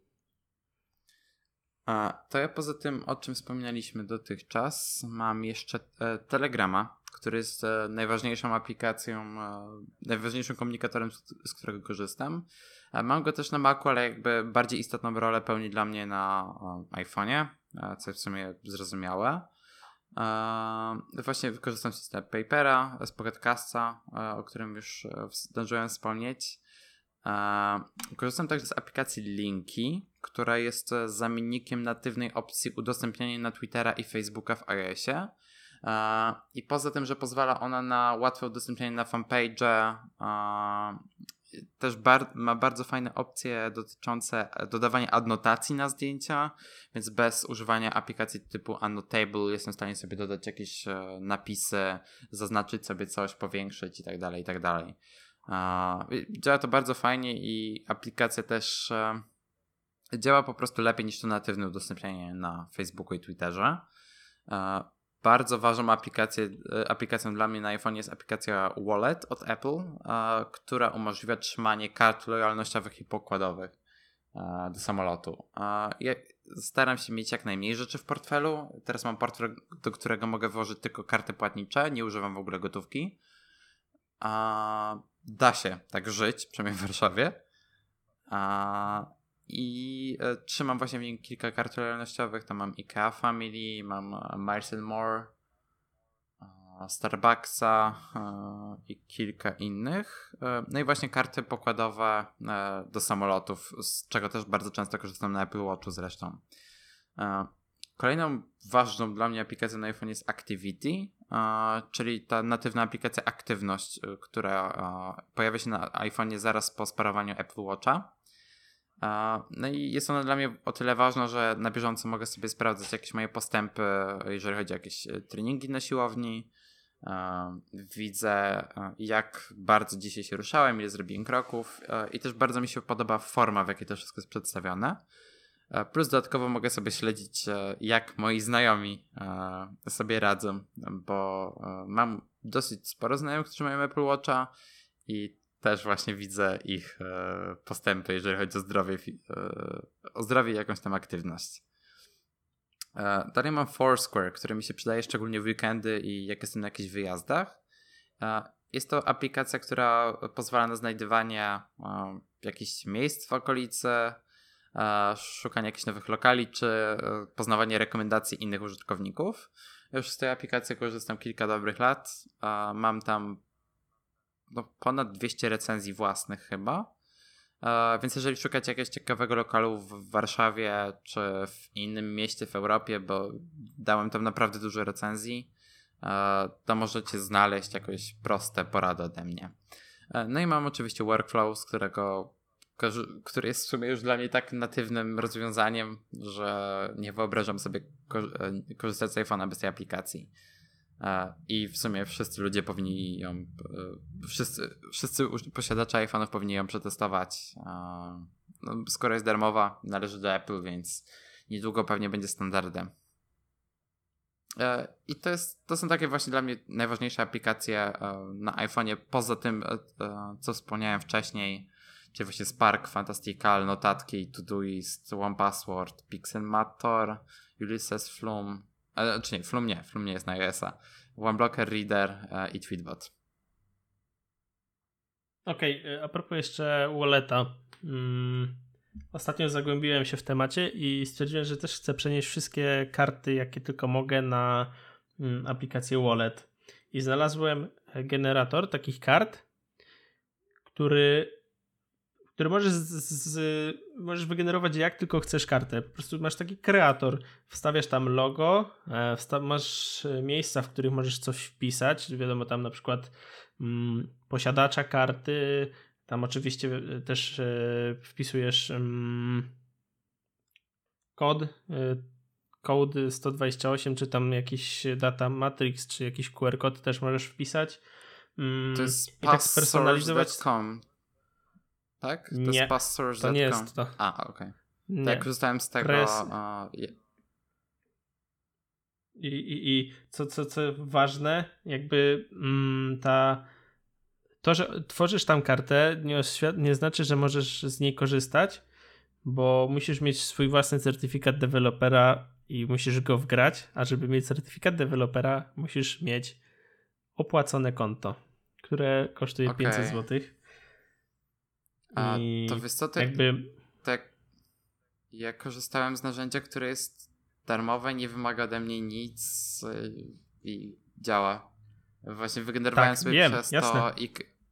A, to ja poza tym, o czym wspominaliśmy dotychczas, mam jeszcze e, Telegrama, który jest e, najważniejszą aplikacją, e, najważniejszym komunikatorem, z, z którego korzystam. E, mam go też na Macu, ale jakby bardziej istotną rolę pełni dla mnie na o, iPhone'ie, e, co jest w sumie zrozumiałe. E, właśnie korzystam z Papera, z Pocket Casta, e, o którym już e, zdążyłem wspomnieć. E, korzystam także z aplikacji Linki, która jest zamiennikiem natywnej opcji udostępniania na Twittera i Facebooka w iOSie. E, I poza tym, że pozwala ona na łatwe udostępnianie na fanpage, e, też bar- ma bardzo fajne opcje dotyczące dodawania adnotacji na zdjęcia, więc bez używania aplikacji typu Annotable jestem w stanie sobie dodać jakieś e, napisy, zaznaczyć sobie coś, powiększyć i tak dalej, i tak dalej. Działa to bardzo fajnie i aplikacja też e, działa po prostu lepiej niż to natywne udostępnianie na Facebooku i Twitterze. E, bardzo ważną aplikację, e, aplikacją dla mnie na iPhone jest aplikacja Wallet od Apple, e, która umożliwia trzymanie kart lojalnościowych i pokładowych. do samolotu. Ja staram się mieć jak najmniej rzeczy w portfelu. Teraz mam portfel, do którego mogę włożyć tylko karty płatnicze, nie używam w ogóle gotówki. Da się tak żyć, przynajmniej w Warszawie. I trzymam właśnie w nim kilka kart lojalnościowych. Tam mam IKEA Family, mam Miles and More, Starbucksa i kilka innych. No i właśnie karty pokładowe do samolotów, z czego też bardzo często korzystam na Apple Watchu zresztą. Kolejną ważną dla mnie aplikacją na iPhone jest Activity, czyli ta natywna aplikacja Aktywność, która pojawia się na iPhone'ie zaraz po sparowaniu Apple Watcha. No i jest ona dla mnie o tyle ważna, że na bieżąco mogę sobie sprawdzać jakieś moje postępy, jeżeli chodzi o jakieś treningi na siłowni. Widzę, jak bardzo dzisiaj się ruszałem, ile zrobiłem kroków i też bardzo mi się podoba forma, w jakiej to wszystko jest przedstawione. Plus dodatkowo mogę sobie śledzić, jak moi znajomi sobie radzą, bo mam dosyć sporo znajomych, którzy mają Apple Watcha i też właśnie widzę ich postępy, jeżeli chodzi o zdrowie, o zdrowie i jakąś tam aktywność. Dalej mam Foursquare, który mi się przydaje szczególnie w weekendy i jak jestem na jakichś wyjazdach. Jest to aplikacja, która pozwala na znajdywanie jakichś miejsc w okolicy, szukanie jakichś nowych lokali, czy poznawanie rekomendacji innych użytkowników. Ja już z tej aplikacji korzystam kilka dobrych lat. Mam tam no, ponad dwieście recenzji własnych chyba. Więc jeżeli szukacie jakiegoś ciekawego lokalu w Warszawie, czy w innym mieście w Europie, bo dałem tam naprawdę dużo recenzji, to możecie znaleźć jakieś proste porady ode mnie. No i mam oczywiście Workflow, z którego który jest w sumie już dla mnie tak natywnym rozwiązaniem, że nie wyobrażam sobie korzystać z iPhone'a bez tej aplikacji. I w sumie wszyscy ludzie powinni ją, wszyscy, wszyscy posiadacze iPhone'ów powinni ją przetestować. No, skoro jest darmowa, należy do Apple, więc niedługo pewnie będzie standardem. I to, jest, to są takie właśnie dla mnie najważniejsze aplikacje na iPhone'ie, poza tym, co wspomniałem wcześniej, czyli właśnie Spark, Fantastical, Notatki, Todoist, One Password, Pixelmator, Ulysses, Flume, e, czy nie, Flume nie, Flume nie jest na iOS-a, OneBlocker, Reader e, i Tweetbot. Okej, okay, a propos jeszcze Walleta. Hmm, ostatnio zagłębiłem się w temacie i stwierdziłem, że też chcę przenieść wszystkie karty, jakie tylko mogę, na hmm, aplikację Wallet. I znalazłem generator takich kart, który który możesz, z, z, możesz wygenerować jak tylko chcesz kartę. Po prostu masz taki kreator, wstawiasz tam logo, e, wsta- masz miejsca, w których możesz coś wpisać, wiadomo, tam na przykład mm, posiadacza karty, tam oczywiście też e, wpisujesz mm, kod, e, kod sto dwadzieścia osiem, czy tam jakiś data matrix, czy jakiś Q R kod też możesz wpisać. Mm, to jest i tak spersonalizować. Tak? To nie, jest passsource kropka com. To nie jest to. A, okej. Okay. Tak, korzystałem z tego. Press... Uh, yeah. I, i, I co, co, co ważne, jakby mm, ta to, że tworzysz tam kartę, nie, oświad- nie znaczy, że możesz z niej korzystać, bo musisz mieć swój własny certyfikat dewelopera i musisz go wgrać, a żeby mieć certyfikat dewelopera, musisz mieć opłacone konto, które kosztuje okay. pięćset złotych. A to wiesz co, to jakby... tak ja korzystałem z narzędzia, które jest darmowe, nie wymaga ode mnie nic i działa. Właśnie wygenerowałem tak, sobie wiem, przez jasne. to i...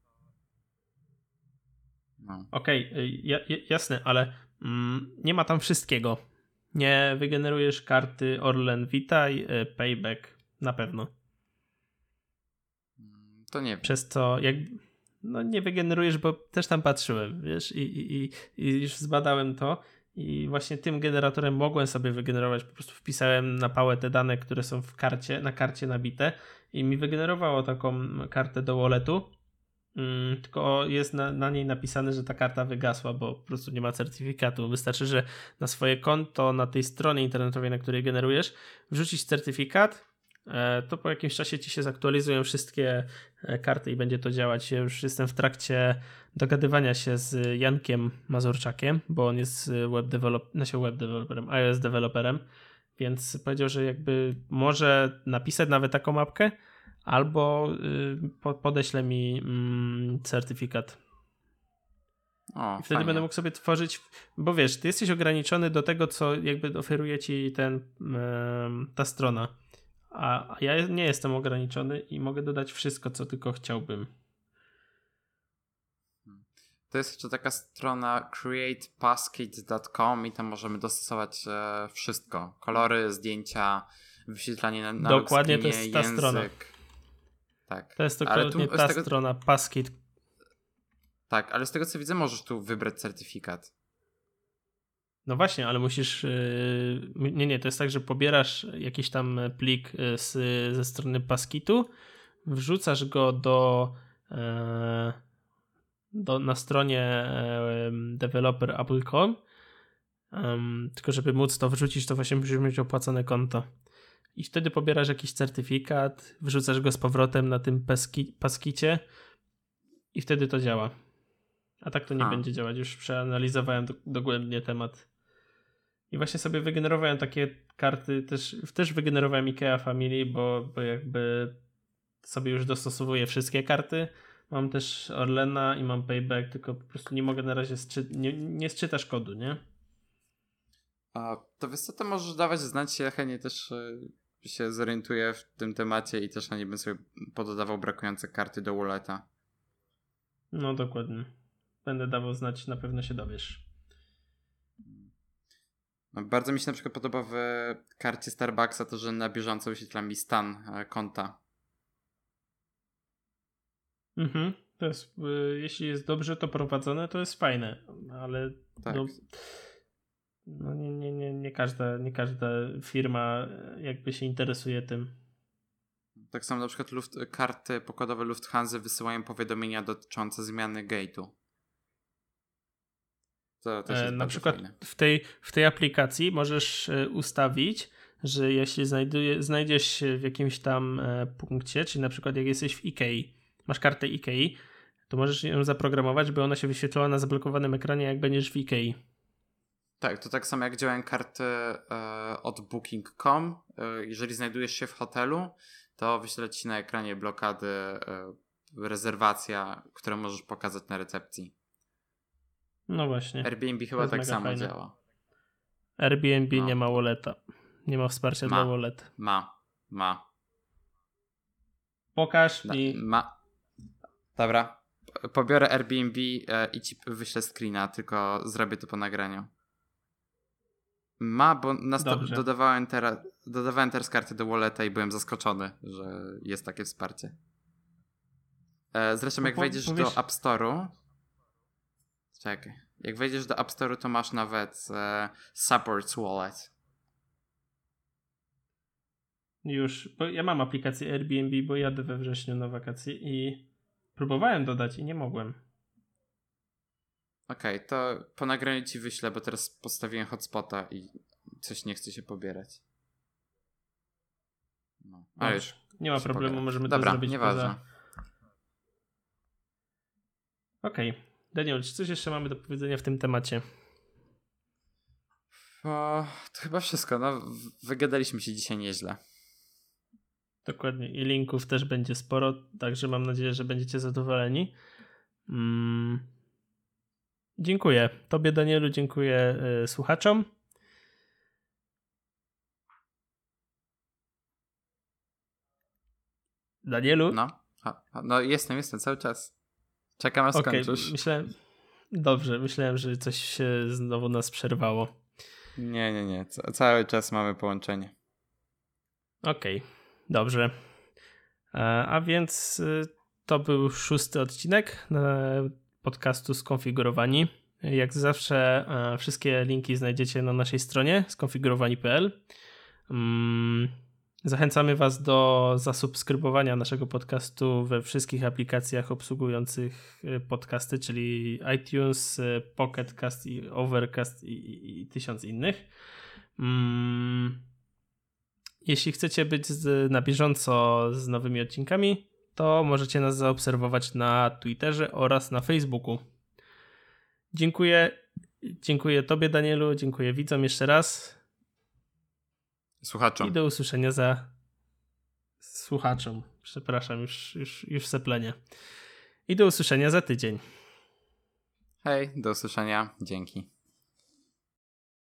No. Okej, okay, ja, jasne, ale mm, nie ma tam wszystkiego. Nie wygenerujesz karty Orlen Witaj, Payback, na pewno. To nie wiem. Przez co jak... No nie wygenerujesz, bo też tam patrzyłem, wiesz, i, i, i już zbadałem to i właśnie tym generatorem mogłem sobie wygenerować, po prostu wpisałem na pałę te dane, które są w karcie, na karcie nabite i mi wygenerowało taką kartę do walletu, mm, tylko jest na, na niej napisane, że ta karta wygasła, bo po prostu nie ma certyfikatu. Wystarczy, że na swoje konto, na tej stronie internetowej, na której generujesz, wrzucić certyfikat, to po jakimś czasie ci się zaktualizują wszystkie karty i będzie to działać. Ja już jestem w trakcie dogadywania się z Jankiem Mazurczakiem, bo on jest web develop, znaczy web developerem, iOS developerem, więc powiedział, że jakby może napisać nawet taką mapkę, albo podeśle mi certyfikat. O, I wtedy fajnie. będę mógł sobie tworzyć, bo wiesz, ty jesteś ograniczony do tego, co jakby oferuje ci ten, ta strona, a ja nie jestem ograniczony i mogę dodać wszystko, co tylko chciałbym. To jest jeszcze taka strona create passkit dot com i tam możemy dostosować e, wszystko. Kolory, zdjęcia, wyświetlanie na, na Dokładnie, screenie, to jest ta język. strona. Tak. To jest Ale dokładnie tu, ta tego, strona Passkit. tak, ale z tego co widzę możesz tu wybrać certyfikat. No właśnie, ale musisz... Yy, nie, nie, to jest tak, że pobierasz jakiś tam plik z, ze strony Passkitu, wrzucasz go do... Yy, do, na stronie um, developer apple kropka com, um, tylko żeby móc to wrzucić, to właśnie musisz mieć opłacone konto. I wtedy pobierasz jakiś certyfikat, wrzucasz go z powrotem na tym paski, paskicie i wtedy to działa. A tak to nie A. będzie działać. Już przeanalizowałem do, dogłębnie temat. I właśnie sobie wygenerowałem takie karty, też, też wygenerowałem IKEA Family, bo, bo jakby sobie już dostosowuję wszystkie karty. Mam też Orlena i mam Payback, tylko po prostu nie mogę na razie, sczy- nie, nie sczytasz kodu, nie? A to wiesz co, to możesz dawać znać, ja chętnie też y, się zorientuję w tym temacie i też na nie bym sobie pododawał brakujące karty do walleta. No dokładnie. Będę dawał znać, na pewno się dowiesz. Bardzo mi się na przykład podoba w karcie Starbucksa to, że na bieżąco wyświetla mi stan konta. Mhm. To jest, y, jeśli jest dobrze to prowadzone, to jest fajne, ale Tak. no, no nie, nie, nie, nie, każda, nie każda firma jakby się interesuje tym. Tak samo na przykład Luft, karty pokładowe Lufthansa wysyłają powiadomienia dotyczące zmiany gate'u. To też jest e, na bardzo przykład fajne. w tej, w tej aplikacji możesz ustawić, że jeśli znajduje, znajdziesz się w jakimś tam punkcie, czyli na przykład jak jesteś w Ikei, masz kartę Ikei, to możesz ją zaprogramować, by ona się wyświetlała na zablokowanym ekranie, jak będziesz w Ikei. Tak, to tak samo jak działają karty e, od booking kropka com. E, jeżeli znajdujesz się w hotelu, to wyświetla ci na ekranie blokady e, rezerwacja, którą możesz pokazać na recepcji. No właśnie. Airbnb chyba tak samo fajne. działa. Airbnb No. nie ma walleta. Nie ma wsparcia Ma. dla wallet. Ma, ma. Pokaż Na, mi. ma. Dobra. Pobiorę Airbnb e, i ci wyślę screena, tylko zrobię to po nagraniu. Ma, bo nas to, dodawałem, teraz, dodawałem teraz karty do walleta i byłem zaskoczony, że jest takie wsparcie. E, zresztą no, jak po, wejdziesz powiesz... do App Store'u, czekaj, jak wejdziesz do App Store'u, to masz nawet e, Supports Wallet. Już, bo ja mam aplikację Airbnb, bo jadę we wrześniu na wakacje i próbowałem dodać i nie mogłem. Okej, okay, to po nagraniu ci wyślę, bo teraz postawiłem hotspota i coś nie chce się pobierać. No, ale już nie ma problemu, pobiera. Możemy Dobra, to zrobić nieważne. poza... Okej. Okay. Daniel, czy coś jeszcze mamy do powiedzenia w tym temacie? O, to chyba wszystko. No, wygadaliśmy się dzisiaj nieźle. Dokładnie. I linków też będzie sporo, także mam nadzieję, że będziecie zadowoleni. Mm. Dziękuję. Tobie, Danielu, dziękuję y, słuchaczom. Danielu? No, a, a, no jestem, jestem cały czas. Czekam aż okay, skończysz. Myślałem, dobrze, myślałem, że coś się znowu nas przerwało. Nie, nie, nie. Ca- cały czas mamy połączenie. Okej, okay, dobrze. A, a więc y, to był szósty odcinek podcastu Skonfigurowani. Jak zawsze e, wszystkie linki znajdziecie na naszej stronie skonfigurowani kropka p l. Mm, zachęcamy Was do zasubskrybowania naszego podcastu we wszystkich aplikacjach obsługujących podcasty, czyli iTunes, Pocket Cast, i Overcast i, i, i tysiąc innych. Mm, Jeśli chcecie być z, na bieżąco z nowymi odcinkami, to możecie nas zaobserwować na Twitterze oraz na Facebooku. Dziękuję. Dziękuję Tobie, Danielu. Dziękuję widzom jeszcze raz. Słuchaczom. I do usłyszenia za słuchaczom. Przepraszam, już, już, już seplenie. I do usłyszenia za tydzień. Hej, do usłyszenia. Dzięki.